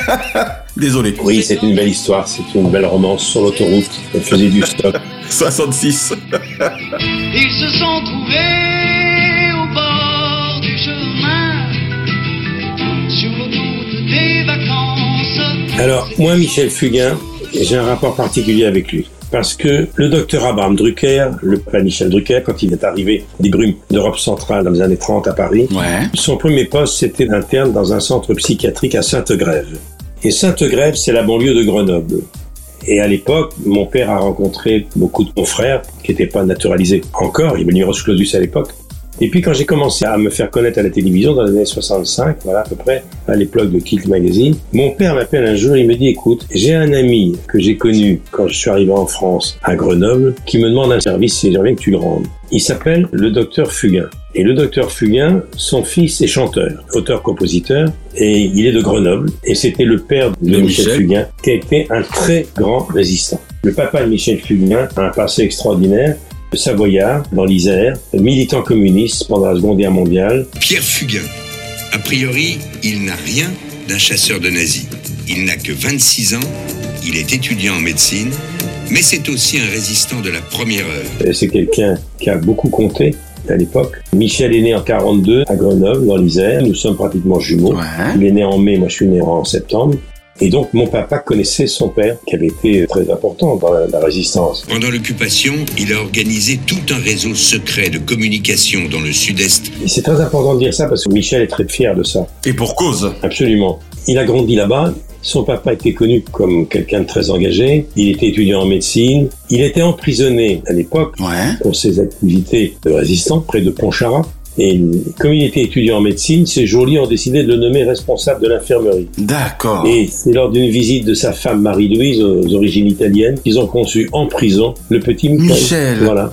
Désolé. Oui, c'est une belle histoire, c'est une belle romance sur l'autoroute. Elle faisait du stop. 66. Ils se sont trouvés au bord du chemin, sur l'autoroute des vacances. Alors, moi, Michel Fugain, j'ai un rapport particulier avec lui. Parce que le docteur Abraham Drucker, le père Michel Drucker, quand il est arrivé des brumes d'Europe centrale dans les années 30 à Paris, son premier poste, c'était interne dans un centre psychiatrique à Sainte-Grève. Et Sainte-Grève, c'est la banlieue de Grenoble. Et à l'époque, mon père a rencontré beaucoup de confrères qui n'étaient pas naturalisés encore. Il y avait Numerus Clausus à l'époque. Et puis quand j'ai commencé à me faire connaître à la télévision dans les années 65, voilà à peu près, à l'époque de Tilt Magazine, mon père m'appelle un jour, il me dit, écoute, j'ai un ami que j'ai connu quand je suis arrivé en France à Grenoble, qui me demande un service et j'aimerais que tu le rendes. Il s'appelle le docteur Fugain. Et le docteur Fugain, son fils est chanteur, auteur-compositeur, et il est de Grenoble. Et c'était le père de Michel Fugain, qui a été un très grand résistant. Le papa de Michel Fugain a un passé extraordinaire. Savoyard, dans l'Isère, militant communiste pendant la Seconde Guerre mondiale. Pierre Fugain. A priori, il n'a rien d'un chasseur de nazis. Il n'a que 26 ans, il est étudiant en médecine, mais c'est aussi un résistant de la première heure. C'est quelqu'un qui a beaucoup compté à l'époque. Michel est né en 42 à Grenoble, dans l'Isère. Nous sommes pratiquement jumeaux. Il est né en mai, moi je suis né en septembre. Et donc, mon papa connaissait son père, qui avait été très important dans la résistance. Pendant l'occupation, il a organisé tout un réseau secret de communication dans le sud-est. Et c'est très important de dire ça parce que Michel est très fier de ça. Et pour cause. Absolument. Il a grandi là-bas. Son papa était connu comme quelqu'un de très engagé. Il était étudiant en médecine. Il était emprisonné à l'époque pour ses activités de résistant près de Pontcharrat. Et comme il était étudiant en médecine, ses geôliers ont décidé de le nommer responsable de l'infirmerie. D'accord. Et c'est lors d'une visite de sa femme Marie-Louise aux origines italiennes qu'ils ont conçu en prison le petit Michel. Voilà.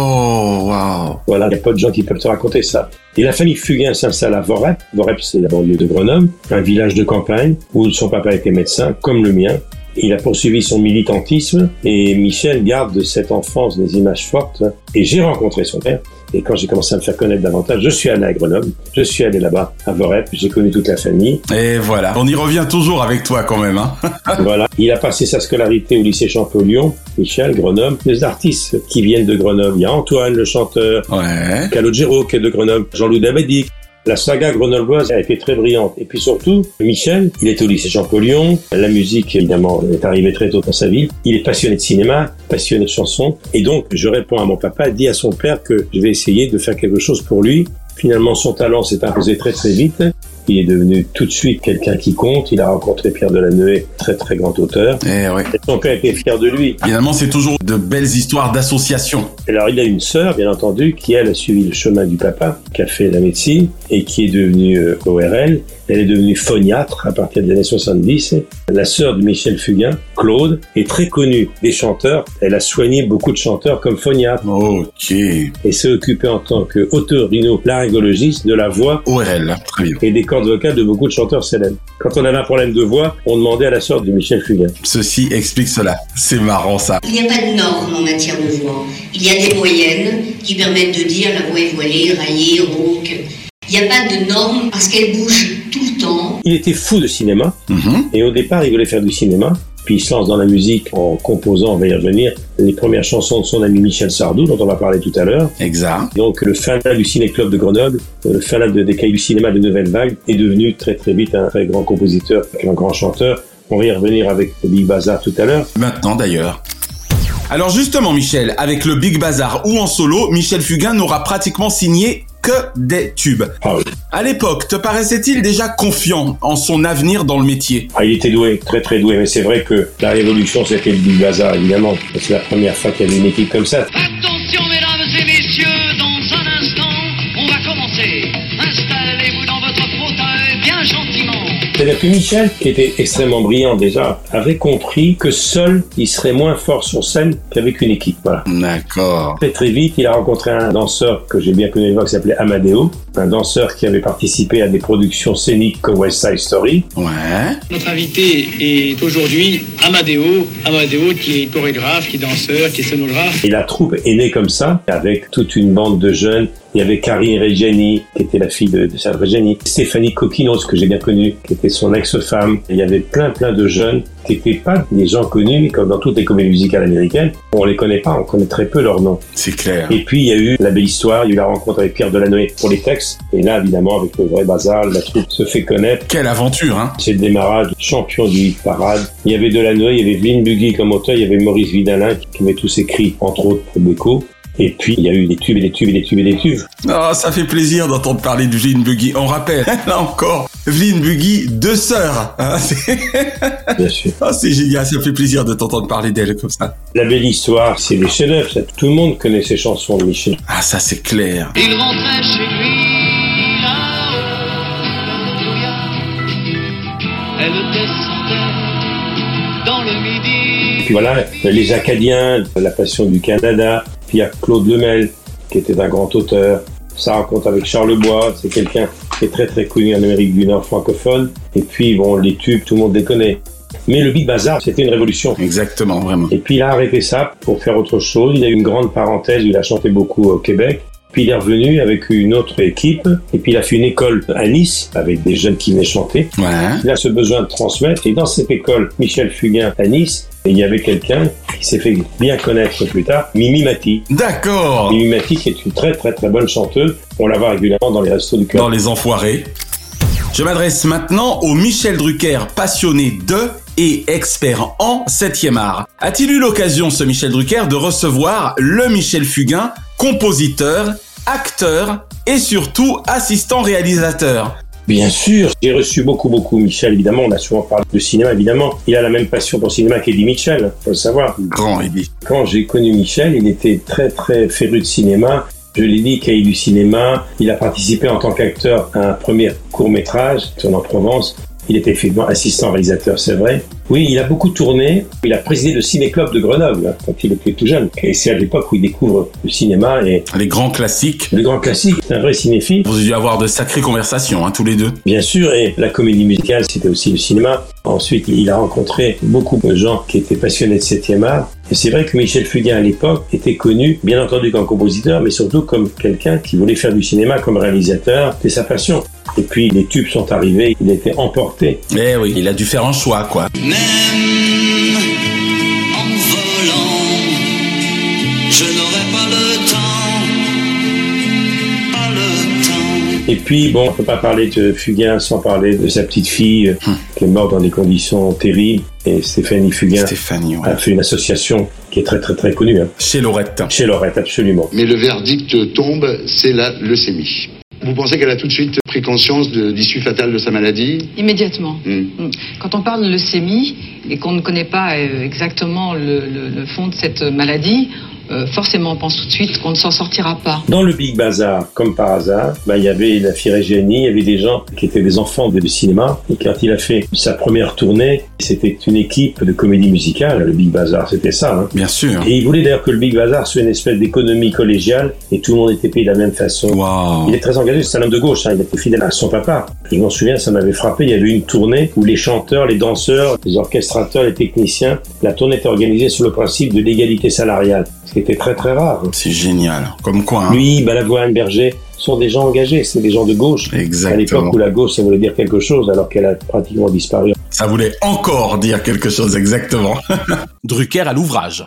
Oh, waouh. Voilà, il n'y a pas de gens qui peuvent te raconter ça. Et la famille Fugain s'installe à Vorep. Vorep, c'est la banlieue de Grenoble, un village de campagne où son papa était médecin, comme le mien. Il a poursuivi son militantisme et Michel garde de cette enfance des images fortes. Et j'ai rencontré son père. Et quand j'ai commencé à me faire connaître davantage, je suis allé à Grenoble, je suis allé là-bas, à Vorep, j'ai connu toute la famille. Et voilà, on y revient toujours avec toi quand même. Hein. Voilà, il a passé sa scolarité au lycée Champollion, Michel, Grenoble. Les artistes qui viennent de Grenoble, il y a Antoine, le chanteur, Calogero qui est de Grenoble, Jean-Louis Dabadi. La saga grenobloise a été très brillante. Et puis surtout, Michel, il est au lycée Champollion. La musique, évidemment, est arrivée très tôt dans sa vie. Il est passionné de cinéma, passionné de chansons. Et donc, je réponds à mon papa, dit à son père que je vais essayer de faire quelque chose pour lui. Finalement, son talent s'est imposé très très vite. Il est devenu tout de suite quelqu'un qui compte. Il a rencontré Pierre Delanoë, très très grand auteur. Et son père était fier de lui. Finalement, c'est toujours de belles histoires d'association. Alors, il a une sœur, bien entendu, qui elle a suivi le chemin du papa, qui a fait la médecine et qui est devenue ORL. Elle est devenue phoniatre à partir des années 70. La sœur de Michel Fugain, Claude, est très connue des chanteurs. Elle a soigné beaucoup de chanteurs comme phoniatre. Ok. Et s'est occupée en tant qu'otorino-laryngologiste de la voix ORL, très bien. Et des cordes vocales de beaucoup de chanteurs célèbres. Quand on avait un problème de voix, on demandait à la sœur de Michel Fugain. Ceci explique cela. C'est marrant ça. Il n'y a pas de normes en matière de voix. Il y a des moyennes qui permettent de dire la voix est voilée, raillée, rauque. Il n'y a pas de normes parce qu'elle bouge tout le temps. Il était fou de cinéma et au départ il voulait faire du cinéma. Puis il se lance dans la musique en composant, on va y revenir, les premières chansons de son ami Michel Sardou, dont on va parler tout à l'heure. Exact. Donc le fanat du Ciné-Club de Grenoble, le fanat des cahiers du cinéma de Nouvelle Vague, est devenu très très vite un très grand compositeur, un grand chanteur. On va y revenir avec le Big Bazar tout à l'heure. Maintenant d'ailleurs. Alors justement Michel, avec le Big Bazar ou en solo, Michel Fugain n'aura pratiquement signé que des tubes. À l'époque, te paraissait-il déjà confiant en son avenir dans le métier? Il était doué, très très doué, mais c'est vrai que la révolution c'était le Big Bazar évidemment. C'est la première fois qu'il y avait une équipe comme ça. Attention mesdames et messieurs, dans un instant, on va commencer. Installez-vous dans votre fauteuil bien gentiment. C'est-à-dire que Michel, qui était extrêmement brillant déjà, avait compris que seul, il serait moins fort sur scène qu'avec une équipe. Voilà. D'accord. Très très vite, il a rencontré un danseur que j'ai bien connu à l'époque qui s'appelait Amadeo, un danseur qui avait participé à des productions scéniques comme West Side Story. Notre invité est aujourd'hui Amadeo qui est chorégraphe, qui est danseur, qui est scénographe. Et la troupe est née comme ça, avec toute une bande de jeunes. Il y avait Karine Reggiani, qui était la fille de Serge Reggiani. Stéphanie Coquinos, que j'ai bien connue, qui était son ex-femme. Il y avait plein de jeunes qui n'étaient pas des gens connus, comme dans toutes les comédies musicales américaines. On les connaît pas, on connaît très peu leur nom. C'est clair. Et puis il y a eu la belle histoire, il y a eu la rencontre avec Pierre Delanoë pour les textes. Et là, évidemment, avec le vrai bazar, la troupe se fait connaître. Quelle aventure, hein! C'est le démarrage, champion du hit parade. Il y avait Delanoë, il y avait Vline Buggy comme auteur, il y avait Maurice Vidalin qui avait tous écrit, entre autres, pour Beko. Et puis, il y a eu des tubes et des tubes et des tubes et des tubes. Oh, ça fait plaisir d'entendre parler de Vline Buggy. On rappelle, là encore, Vline Buggy, 2 sœurs. Hein, bien sûr. Oh, c'est génial, ça fait plaisir de t'entendre parler d'elle comme ça. La belle histoire, c'est des chefs-d'œuvre. Tout le monde connaît ces chansons de Michel. Ah, ça c'est clair. Il rentrait chez lui là-haut. Elle descendait dans le midi. Et puis voilà, les Acadiens, La Passion du Canada. Puis il y a Claude Lemel, qui était un grand auteur. Ça raconte avec Charles Bois, c'est quelqu'un qui est très très connu en Amérique du Nord francophone. Et puis bon, les tubes, tout le monde les connaît. Mais le Big Bazar, c'était une révolution. Exactement, vraiment. Et puis il a arrêté ça pour faire autre chose. Il a eu une grande parenthèse où il a chanté beaucoup au Québec. Puis il est revenu avec une autre équipe. Et puis il a fait une école à Nice avec des jeunes qui venaient chanter. Il a ce besoin de transmettre. Et dans cette école, Michel Fugain à Nice, il y avait quelqu'un qui s'est fait bien connaître plus tard, Mimi Mati. D'accord. Mimi Mati qui est une très très très bonne chanteuse. On la voit régulièrement dans les restos du cœur. Dans Les Enfoirés. Je m'adresse maintenant au Michel Drucker, passionné de et expert en 7e art. A-t-il eu l'occasion, ce Michel Drucker, de recevoir le Michel Fugain, compositeur, acteur et surtout assistant réalisateur? Bien sûr, j'ai reçu beaucoup Michel, évidemment, on a souvent parlé de cinéma, évidemment. Il a la même passion pour le cinéma qu'Eddie Mitchell, faut le savoir. Grand Eddie. Quand j'ai connu Michel, il était très féru de cinéma. Je l'ai dit, cahier du cinéma. Il a participé en tant qu'acteur à un premier court-métrage, tourné en Provence. Il était effectivement assistant réalisateur, c'est vrai. Oui, il a beaucoup tourné. Il a présidé le Ciné-Club de Grenoble quand il était tout jeune. Et c'est à l'époque où il découvre le cinéma et... Les grands classiques. Les grands classiques, c'est un vrai cinéphile. Vous avez dû avoir de sacrées conversations, tous les deux. Bien sûr, et la comédie musicale, c'était aussi le cinéma. Ensuite, il a rencontré beaucoup de gens qui étaient passionnés de 7e art. Et c'est vrai que Michel Fugain, à l'époque, était connu, bien entendu, comme compositeur, mais surtout comme quelqu'un qui voulait faire du cinéma comme réalisateur. C'est sa passion. Et puis, les tubes sont arrivés, il a été emporté. Eh oui, il a dû faire un choix, quoi. Même en volant, je n'aurai pas le temps. Et puis, bon, on peut pas parler de Fugain sans parler de sa petite fille qui est morte dans des conditions terribles. Et Stéphanie Fugain a fait une association qui est très connue. Chez Lorette. Chez Lorette, absolument. Mais le verdict tombe, c'est la leucémie. Vous pensez qu'elle a tout de suite pris conscience de l'issue fatale de sa maladie? Immédiatement. Quand on parle de leucémie et qu'on ne connaît pas exactement le fond de cette maladie, forcément on pense tout de suite qu'on ne s'en sortira pas. Dans le Big Bazar, comme par hasard, il y avait la fille Régiani, il y avait des gens qui étaient des enfants de cinéma. Et quand il a fait sa première tournée, c'était une équipe de comédie musicale, le Big Bazar, c'était ça. Bien sûr. Et il voulait d'ailleurs que le Big Bazar soit une espèce d'économie collégiale et tout le monde était payé de la même façon. Wow. Il est très engagé, c'est un homme de gauche, il était fidèle à son papa. Je m'en souviens, ça m'avait frappé, il y avait une tournée où les chanteurs, les danseurs, les orchestrateurs, les techniciens, la tournée était organisée sur le principe de l'égalité salariale. Ce qui était très rare. C'est génial. Comme quoi, Lui, Balavoine, Berger sont des gens engagés, c'est des gens de gauche. Exactement. À l'époque où la gauche, ça voulait dire quelque chose, alors qu'elle a pratiquement disparu. Ça voulait encore dire quelque chose, exactement. Drucker à l'ouvrage.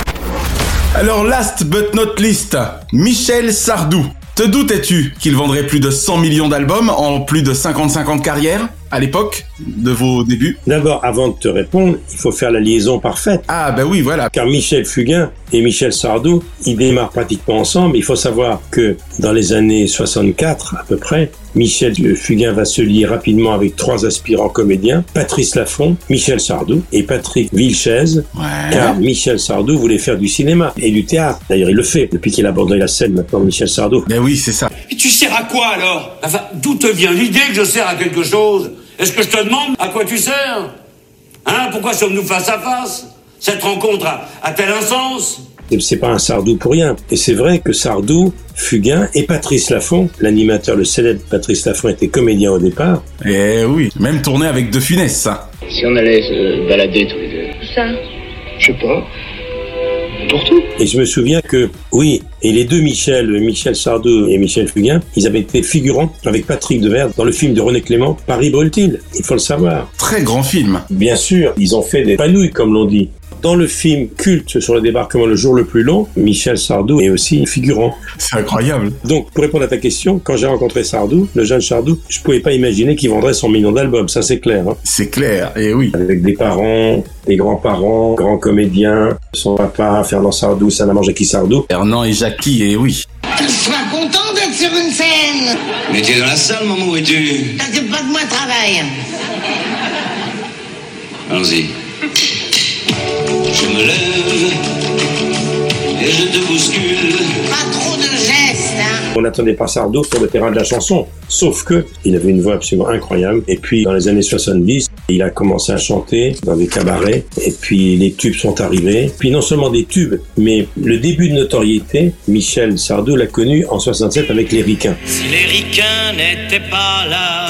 Alors, last but not least, Michel Sardou. Te doutais-tu qu'il vendrait plus de 100 millions d'albums en plus de 55 ans de carrière à l'époque de vos débuts? D'abord, avant de te répondre, il faut faire la liaison parfaite. Ah ben oui, voilà. Car Michel Fugain et Michel Sardou, ils démarrent pratiquement ensemble. Il faut savoir que dans les années 64 à peu près, Michel Fugain va se lier rapidement avec 3 aspirants comédiens, Patrice Laffont, Michel Sardou et Patrick Vilches. Car Michel Sardou voulait faire du cinéma et du théâtre. D'ailleurs, il le fait depuis qu'il a abandonné la scène maintenant, Michel Sardou. Ben oui, c'est ça. Et tu sers à quoi alors? Enfin, d'où te vient l'idée que je sers à quelque chose? Est-ce que je te demande à quoi tu sers? Pourquoi sommes-nous face à face? Cette rencontre a-t-elle un sens? C'est pas un Sardou pour rien. Et c'est vrai que Sardou, Fugain et Patrice Laffont, l'animateur, le célèbre Patrice Laffont était comédien au départ. Eh oui, même tourné avec De Funès, ça. Si on allait se balader tous les deux. Où ça? Je sais pas. N'importe où. Et je me souviens que, oui, et les deux Michel Sardou et Michel Fugain, ils avaient été figurants avec Patrick Devers dans le film de René Clément, Paris brûle-t-il. Il faut le savoir. Très grand film. Bien sûr, ils ont fait des panouilles, comme l'on dit. Dans le film culte sur le débarquement Le jour le plus long, Michel Sardou est aussi figurant. C'est incroyable. Donc, pour répondre à ta question, quand j'ai rencontré Sardou, le jeune Sardou, je pouvais pas imaginer qu'il vendrait 100 millions d'albums, ça c'est clair. C'est clair, et oui. Avec des parents, des grands-parents, grands comédiens, son papa, Fernand Sardou, Sanamant Jackie Sardou. Fernand et Jackie, et oui. Tu seras content d'être sur une scène. Mais t'es dans la salle, maman, où es-tu? T'inquiète pas de moi, travail. Allons-y. Je me lève et je te bouscule. Pas trop de gestes, On n'attendait pas Sardou sur le terrain de la chanson. Sauf que il avait une voix absolument incroyable. Et puis, dans les années 70, il a commencé à chanter dans des cabarets. Et puis, les tubes sont arrivés. Puis, non seulement des tubes, mais le début de notoriété, Michel Sardou l'a connu en 67 avec Les Ricains. Si les ricains n'étaient pas là,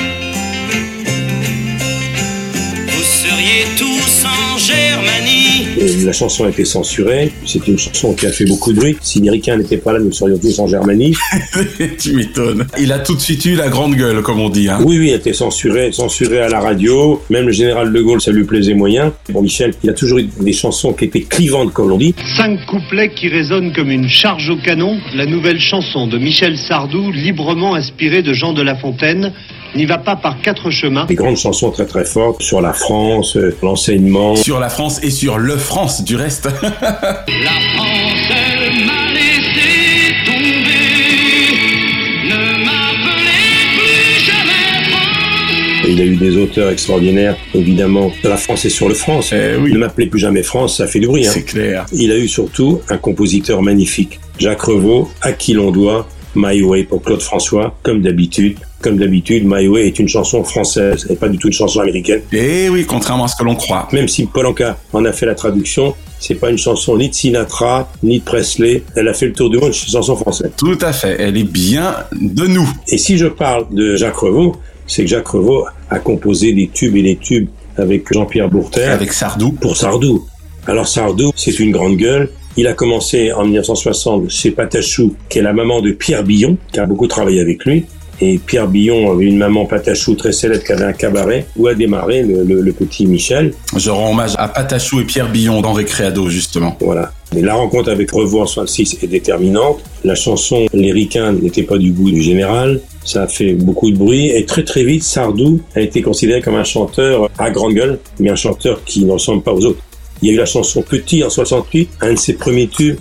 vous seriez tous en Germanie. La chanson a été censurée. C'est une chanson qui a fait beaucoup de bruit. Si les ricains n'étaient pas là, nous serions tous en Germanie. Tu m'étonnes. Il a tout de suite eu la grande gueule, comme on dit. Oui, il a été censuré à la radio. Même le général de Gaulle, ça lui plaisait moyen. Bon, Michel, il a toujours eu des chansons qui étaient clivantes, comme l'on dit. 5 couplets qui résonnent comme une charge au canon. La nouvelle chanson de Michel Sardou, librement inspirée de Jean de La Fontaine, n'y va pas par 4 chemins. Des grandes chansons très très fortes sur la France, l'enseignement. Sur la France et sur le France du reste. La France, elle m'a laissé tomber. Ne m'appelez plus jamais France. Il a eu des auteurs extraordinaires, évidemment. La France est sur le France. Oui. Ne m'appelez plus jamais France, ça fait du bruit. C'est clair. Il a eu surtout un compositeur magnifique, Jacques Revaux, à qui l'on doit My Way pour Claude François, comme d'habitude. Comme d'habitude, My Way est une chanson française et pas du tout une chanson américaine. Eh oui, contrairement à ce que l'on croit. Même si Paul Anka en a fait la traduction, c'est pas une chanson ni de Sinatra, ni de Presley. Elle a fait le tour du monde, c'est une chanson française. Tout à fait, elle est bien de nous. Et si je parle de Jacques Revaux, c'est que Jacques Revaux a composé des tubes et des tubes avec Jean-Pierre Bourter. Avec Sardou. Pour Sardou. Alors Sardou, c'est une grande gueule. Il a commencé en 1960 chez Patachou, qui est la maman de Pierre Billon, qui a beaucoup travaillé avec lui. Et Pierre Billon avait une maman Patachou très célèbre qui avait un cabaret où a démarré le petit Michel. Je rends hommage à Patachou et Pierre Billon dans Récréado, justement. Voilà. Et la rencontre avec Revaux en 66 est déterminante. La chanson Les Ricains n'était pas du goût du général. Ça a fait beaucoup de bruit. Et très très vite, Sardou a été considéré comme un chanteur à grande gueule, mais un chanteur qui ne ressemble pas aux autres. Il y a eu la chanson Petit en 68, un de ses premiers tubes.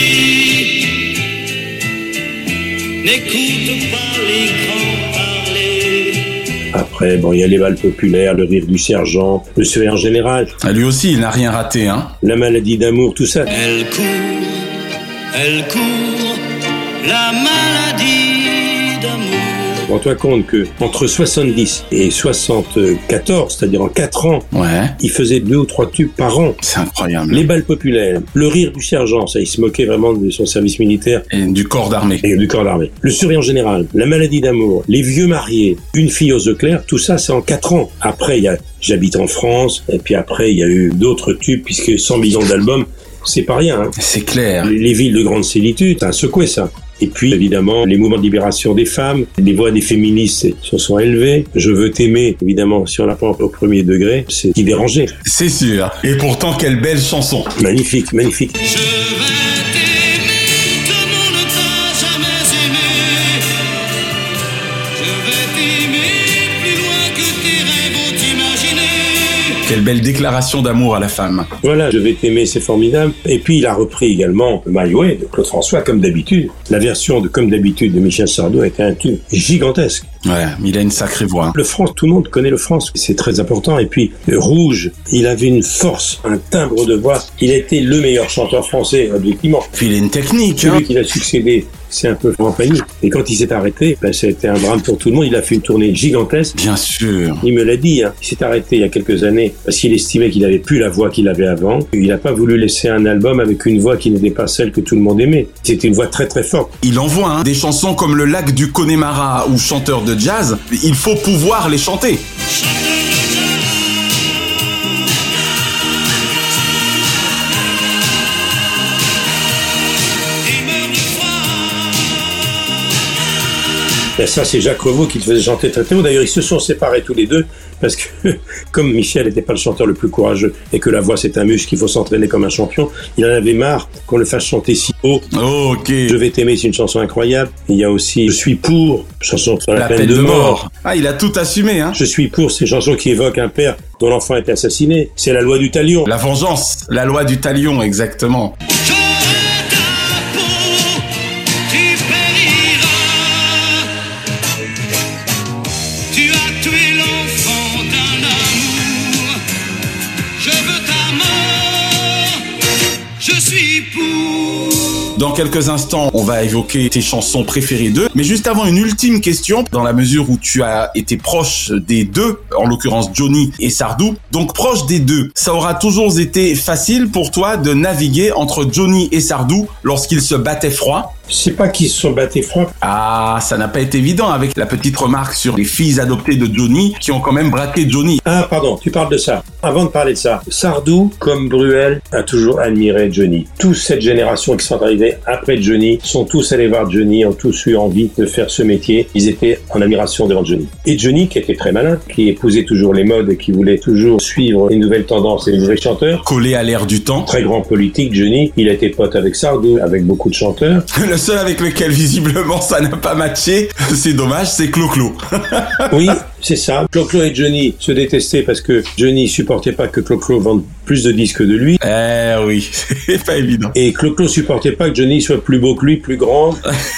N'écoute pas les grands parler. Après, bon, il y a les balles populaires, le rire du sergent, le surveillant général. Lui aussi, il n'a rien raté, hein. La maladie d'amour, tout ça. Elle court, la maladie d'amour. Rends-toi compte que entre 70 et 74, c'est-à-dire en 4 ans, il faisait 2 ou 3 tubes par an. C'est incroyable. Les balles populaires, le rire du sergent, ça, il se moquait vraiment de son service militaire. Et du corps d'armée. Le surveillant général, la maladie d'amour, les vieux mariés, une fille aux œufs clairs, tout ça, c'est en 4 ans. Après, il y a J'habite en France, et puis après, il y a eu d'autres tubes, puisque 100 millions d'albums, c'est pas rien. Hein. C'est clair. Les villes de grande solitude, ça a secoué ça. Et puis, évidemment, les mouvements de libération des femmes, les voix des féministes se sont élevées. Je veux t'aimer, évidemment, si on la prend au premier degré, c'est qui dérangeait. C'est sûr. Et pourtant, quelle belle chanson. Magnifique, magnifique. Je vais t'aimer comme on ne t'a jamais aimé. Je vais t'aimer plus loin que tes rêves ont imaginé. Quelle belle déclaration d'amour à la femme. Voilà, Je vais t'aimer, c'est formidable. Et puis, il a repris également My Way de Claude François, comme d'habitude. La version de Comme d'habitude de Michel Sardou a été un tube gigantesque. Ouais, il a une sacrée voix. Le France, tout le monde connaît le France, c'est très important. Et puis, Rouge, il avait une force, un timbre de voix. Il a été le meilleur chanteur français, objectivement. Puis il a une technique. Celui qui l'a succédé, c'est un peu Franck Pagny. Et quand il s'est arrêté, ça a été un drame pour tout le monde. Il a fait une tournée gigantesque. Bien sûr. Il me l'a dit, hein. Il s'est arrêté il y a quelques années parce qu'il estimait qu'il n'avait plus la voix qu'il avait avant. Il n'a pas voulu laisser un album avec une voix qui n'était pas celle que tout le monde aimait. C'était une voix très très forte. Il envoie des chansons comme Le Lac du Connemara ou Chanteur de jazz. Il faut pouvoir les chanter. Et ça, c'est Jacques Revaux qui le faisait chanter très très haut. D'ailleurs, ils se sont séparés tous les deux parce que, comme Michel n'était pas le chanteur le plus courageux et que la voix c'est un muscle qu'il faut s'entraîner comme un champion, il en avait marre qu'on le fasse chanter si haut. Oh, ok. Je vais t'aimer, c'est une chanson incroyable. Il y a aussi Je suis pour, chanson sur la peine de mort. Ah, il a tout assumé, hein. Je suis pour, c'est une chanson qui évoque un père dont l'enfant a été assassiné. C'est la loi du talion. La vengeance, la loi du talion, exactement. Dans quelques instants, on va évoquer tes chansons préférées d'eux. Mais juste avant, une ultime question, dans la mesure où tu as été proche des deux, en l'occurrence Johnny et Sardou. Donc proche des deux, ça aura toujours été facile pour toi de naviguer entre Johnny et Sardou lorsqu'ils se battaient froid? C'est pas qu'ils se sont battés froid. Ah, ça n'a pas été évident avec la petite remarque sur les filles adoptées de Johnny qui ont quand même braqué Johnny. Ah, pardon, tu parles de ça. Avant de parler de ça, Sardou, comme Bruel, a toujours admiré Johnny. Toute cette génération qui sont arrivés après Johnny sont tous allés voir Johnny, ont tous eu envie de faire ce métier. Ils étaient en admiration devant Johnny. Et Johnny, qui était très malin, qui épousait toujours les modes et qui voulait toujours suivre les nouvelles tendances et les nouveaux chanteurs. Collé à l'air du temps. Très grand politique, Johnny. Il a été pote avec Sardou, avec beaucoup de chanteurs. le seul avec lequel visiblement ça n'a pas matché, c'est dommage, c'est Clo-Clo. Oui, c'est ça. Clo-Clo et Johnny se détestaient parce que Johnny supportait pas que Clo-Clo vende plus de disques de lui. Oui, c'est pas évident. Et Clo-Clo supportait pas que Johnny soit plus beau que lui, plus grand.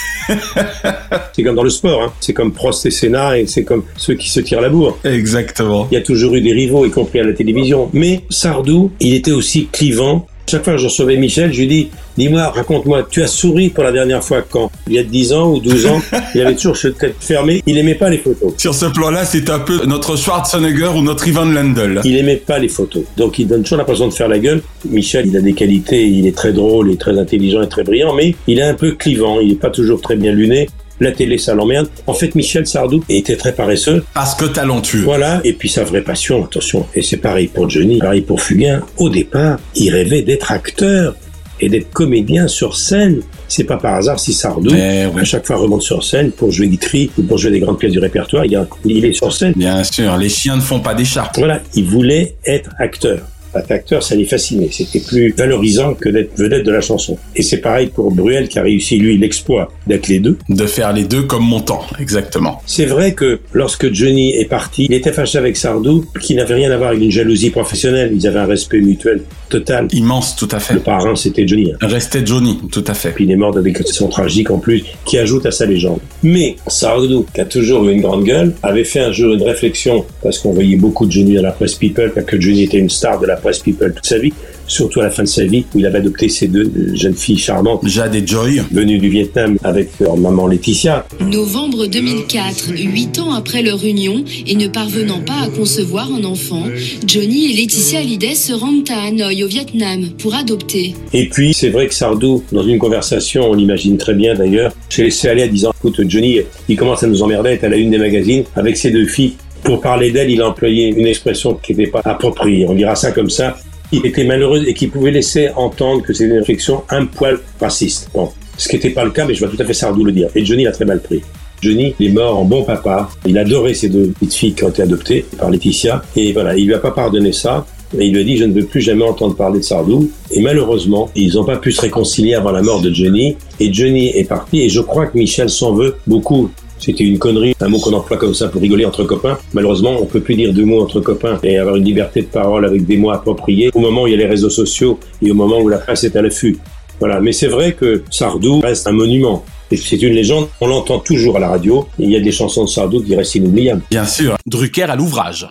C'est comme dans le sport, hein. C'est comme Prost et Senna, et c'est comme ceux qui se tirent la bourre. Exactement. Il y a toujours eu des rivaux, y compris à la télévision. Mais Sardou, il était aussi clivant. Chaque fois que je recevais Michel, je lui dis, dis-moi, raconte-moi, tu as souri pour la dernière fois quand? Il y a 10 ans ou 12 ans, il avait toujours cette tête fermée, il aimait pas les photos. Sur ce plan-là, c'est un peu notre Schwarzenegger ou notre Ivan Lendl. Il aimait pas les photos. Donc il donne toujours l'impression de faire la gueule. Michel, il a des qualités, il est très drôle, il est très intelligent et très brillant, mais il est un peu clivant, il est pas toujours très bien luné. La télé, ça l'emmerde. En fait, Michel Sardou était très paresseux. Parce que talentueux. Voilà. Et puis sa vraie passion, attention. Et c'est pareil pour Johnny, pareil pour Fugain. Au départ, il rêvait d'être acteur et d'être comédien sur scène. C'est pas par hasard si Sardou, à chaque fois, remonte sur scène pour jouer Guitry ou pour jouer des grandes pièces du répertoire. Il est sur scène. Bien sûr, les chiens ne font pas des chats. Voilà. Il voulait être acteur. Être acteur, ça les fascinait. C'était plus valorisant que d'être vedette de la chanson. Et c'est pareil pour Bruel qui a réussi, lui, l'exploit d'être les deux. De faire les deux comme Montand, exactement. C'est vrai que lorsque Johnny est parti, il était fâché avec Sardou, qui n'avait rien à voir avec une jalousie professionnelle. Ils avaient un respect mutuel total. Immense, tout à fait. Le parrain, c'était Johnny. Restait Johnny, tout à fait. Puis il est mort dans des conditions tragiques en plus, qui ajoutent à sa légende. Mais Sardou, qui a toujours eu une grande gueule, avait fait un jour une réflexion, parce qu'on voyait beaucoup de Johnny dans la presse People, que Johnny était une star de la presse People toute sa vie, surtout à la fin de sa vie, où il avait adopté ces deux jeunes filles charmantes, Jade et Joy, venues du Vietnam avec leur maman Laetitia. Novembre 2004, 8 ans après leur union et ne parvenant pas à concevoir un enfant, Johnny et Laetitia Hallyday se rendent à Hanoï, au Vietnam, pour adopter. Et puis, c'est vrai que Sardou, dans une conversation, on l'imagine très bien d'ailleurs, s'est laissé aller en disant, écoute, Johnny, il commence à nous emmerder, est à la une des magazines, avec ses deux filles. Pour parler d'elle, il a employé une expression qui n'était pas appropriée, on dira ça comme ça. Il était malheureux et qui pouvait laisser entendre que c'était une réflexion un poil raciste. Bon, ce qui n'était pas le cas, mais je vois tout à fait Sardou le dire. Et Johnny l'a très mal pris. Johnny, il est mort en bon papa. Il adorait ces deux petites filles qui ont été adoptées par Laetitia. Et voilà, il lui a pas pardonné ça. Et il lui a dit, je ne veux plus jamais entendre parler de Sardou. Et malheureusement, ils n'ont pas pu se réconcilier avant la mort de Johnny. Et Johnny est parti. Et je crois que Michel s'en veut beaucoup. C'était une connerie, un mot qu'on emploie comme ça pour rigoler entre copains. Malheureusement, on peut plus dire deux mots entre copains et avoir une liberté de parole avec des mots appropriés au moment où il y a les réseaux sociaux et au moment où la presse est à l'affût. Voilà. Mais c'est vrai que Sardou reste un monument. Et c'est une légende, on l'entend toujours à la radio. Et il y a des chansons de Sardou qui restent inoubliables. Bien sûr, Drucker à l'ouvrage.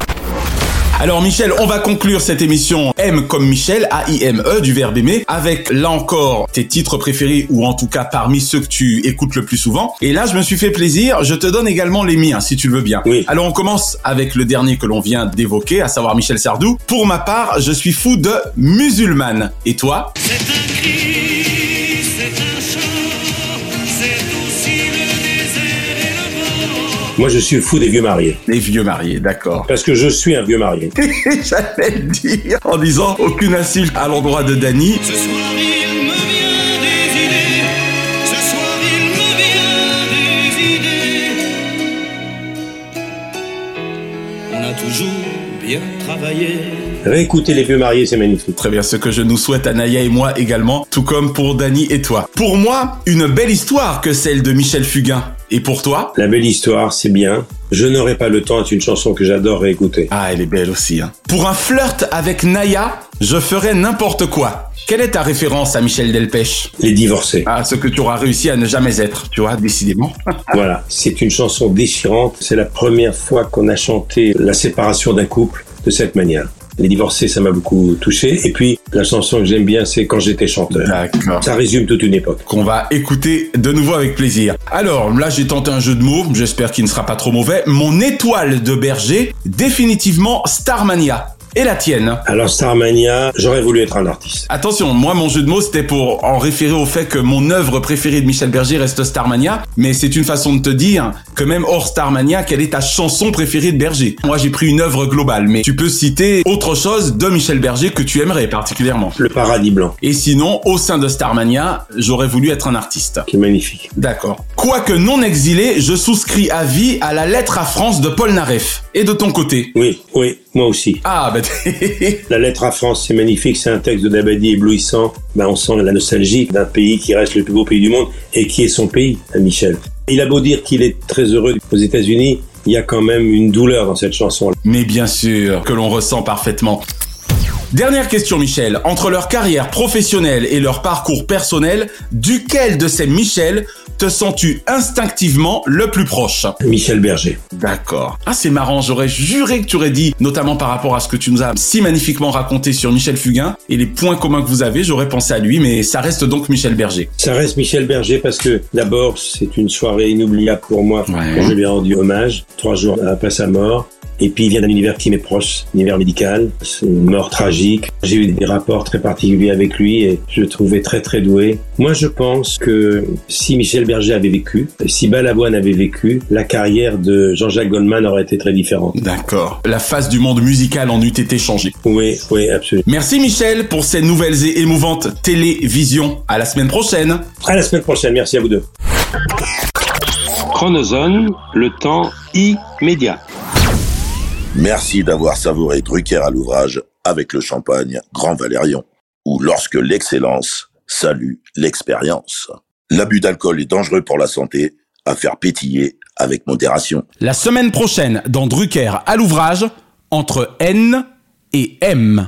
Alors Michel, on va conclure cette émission M comme Michel, A-I-M-E, du verbe aimer, avec là encore tes titres préférés, ou en tout cas parmi ceux que tu écoutes le plus souvent. Et là, je me suis fait plaisir, je te donne également les miens, si tu le veux bien. Oui. Alors on commence avec le dernier que l'on vient d'évoquer, à savoir Michel Sardou. Pour ma part, je suis fou de Musulmane. Et toi ? C'est un cri, c'est un chant, c'est aussi le désert et le vent. Moi, je suis fou des vieux mariés. Les vieux mariés, d'accord. Parce que je suis un vieux marié. J'allais le dire en disant aucune insulte à l'endroit de Dany. Ce soir, il me vient des idées. Ce soir, il me vient des idées. On a toujours bien travaillé. Réécoutez les vieux mariés, c'est magnifique. Très bien, ce que je nous souhaite, Anaya et moi également, tout comme pour Dany et toi. Pour moi, une belle histoire que celle de Michel Fugain. Et pour toi ? La belle histoire, c'est bien. Je n'aurai pas le temps, est une chanson que j'adore réécouter. Ah, elle est belle aussi, hein. Pour un flirt avec Naya, je ferai n'importe quoi. Quelle est ta référence à Michel Delpech ? Les divorcés. Ah, ce que tu auras réussi à ne jamais être, tu vois, décidément. Voilà, c'est une chanson déchirante. C'est la première fois qu'on a chanté la séparation d'un couple de cette manière. Les divorcés, ça m'a beaucoup touché. Et puis, la chanson que j'aime bien, c'est Quand j'étais chanteur. D'accord. Ça résume toute une époque. Qu'on va écouter de nouveau avec plaisir. Alors, là, j'ai tenté un jeu de mots. J'espère qu'il ne sera pas trop mauvais. Mon étoile de berger, définitivement Starmania. Et la tienne ? Alors Starmania, j'aurais voulu être un artiste. Attention, moi mon jeu de mots c'était pour en référer au fait que mon œuvre préférée de Michel Berger reste Starmania, mais c'est une façon de te dire que même hors Starmania, quelle est ta chanson préférée de Berger ? Moi j'ai pris une œuvre globale, mais tu peux citer autre chose de Michel Berger que tu aimerais particulièrement. Le Paradis Blanc. Et sinon, au sein de Starmania, j'aurais voulu être un artiste. Qui est magnifique. D'accord. Quoique non exilé, je souscris à vie à la lettre à France de Paul Naref. Et de ton côté ? Oui. Moi aussi. Ah, bah... La lettre à France, c'est magnifique, c'est un texte de Dabadi éblouissant. On sent la nostalgie d'un pays qui reste le plus beau pays du monde et qui est son pays, à Michel. Il a beau dire qu'il est très heureux aux États-Unis, il y a quand même une douleur dans cette chanson. Mais bien sûr, que l'on ressent parfaitement. Dernière question, Michel. Entre leur carrière professionnelle et leur parcours personnel, duquel de ces Michel te sens-tu instinctivement le plus proche? Michel Berger. D'accord. Ah, c'est marrant, j'aurais juré que tu aurais dit, notamment par rapport à ce que tu nous as si magnifiquement raconté sur Michel Fugain et les points communs que vous avez, j'aurais pensé à lui, mais ça reste donc Michel Berger. Ça reste Michel Berger parce que d'abord, c'est une soirée inoubliable pour moi quand je lui ai rendu hommage, 3 jours après sa mort. Et puis il vient d'un univers qui m'est proche, univers médical. C'est une mort tragique. J'ai eu des rapports très particuliers avec lui et je le trouvais très très doué. Moi je pense que si Michel Berger avait vécu, si Balavoine avait vécu, la carrière de Jean-Jacques Goldman aurait été très différente. D'accord. La face du monde musical en eût été changée. Oui, absolument. Merci Michel pour ces nouvelles et émouvantes télévisions. À la semaine prochaine. À la semaine prochaine, merci à vous deux. Chronozone, le temps immédiat. Merci d'avoir savouré Drucker à l'ouvrage avec le champagne Grand Valérion, ou lorsque l'excellence salue l'expérience. L'abus d'alcool est dangereux pour la santé, à faire pétiller avec modération. La semaine prochaine, dans Drucker à l'ouvrage, entre N et M.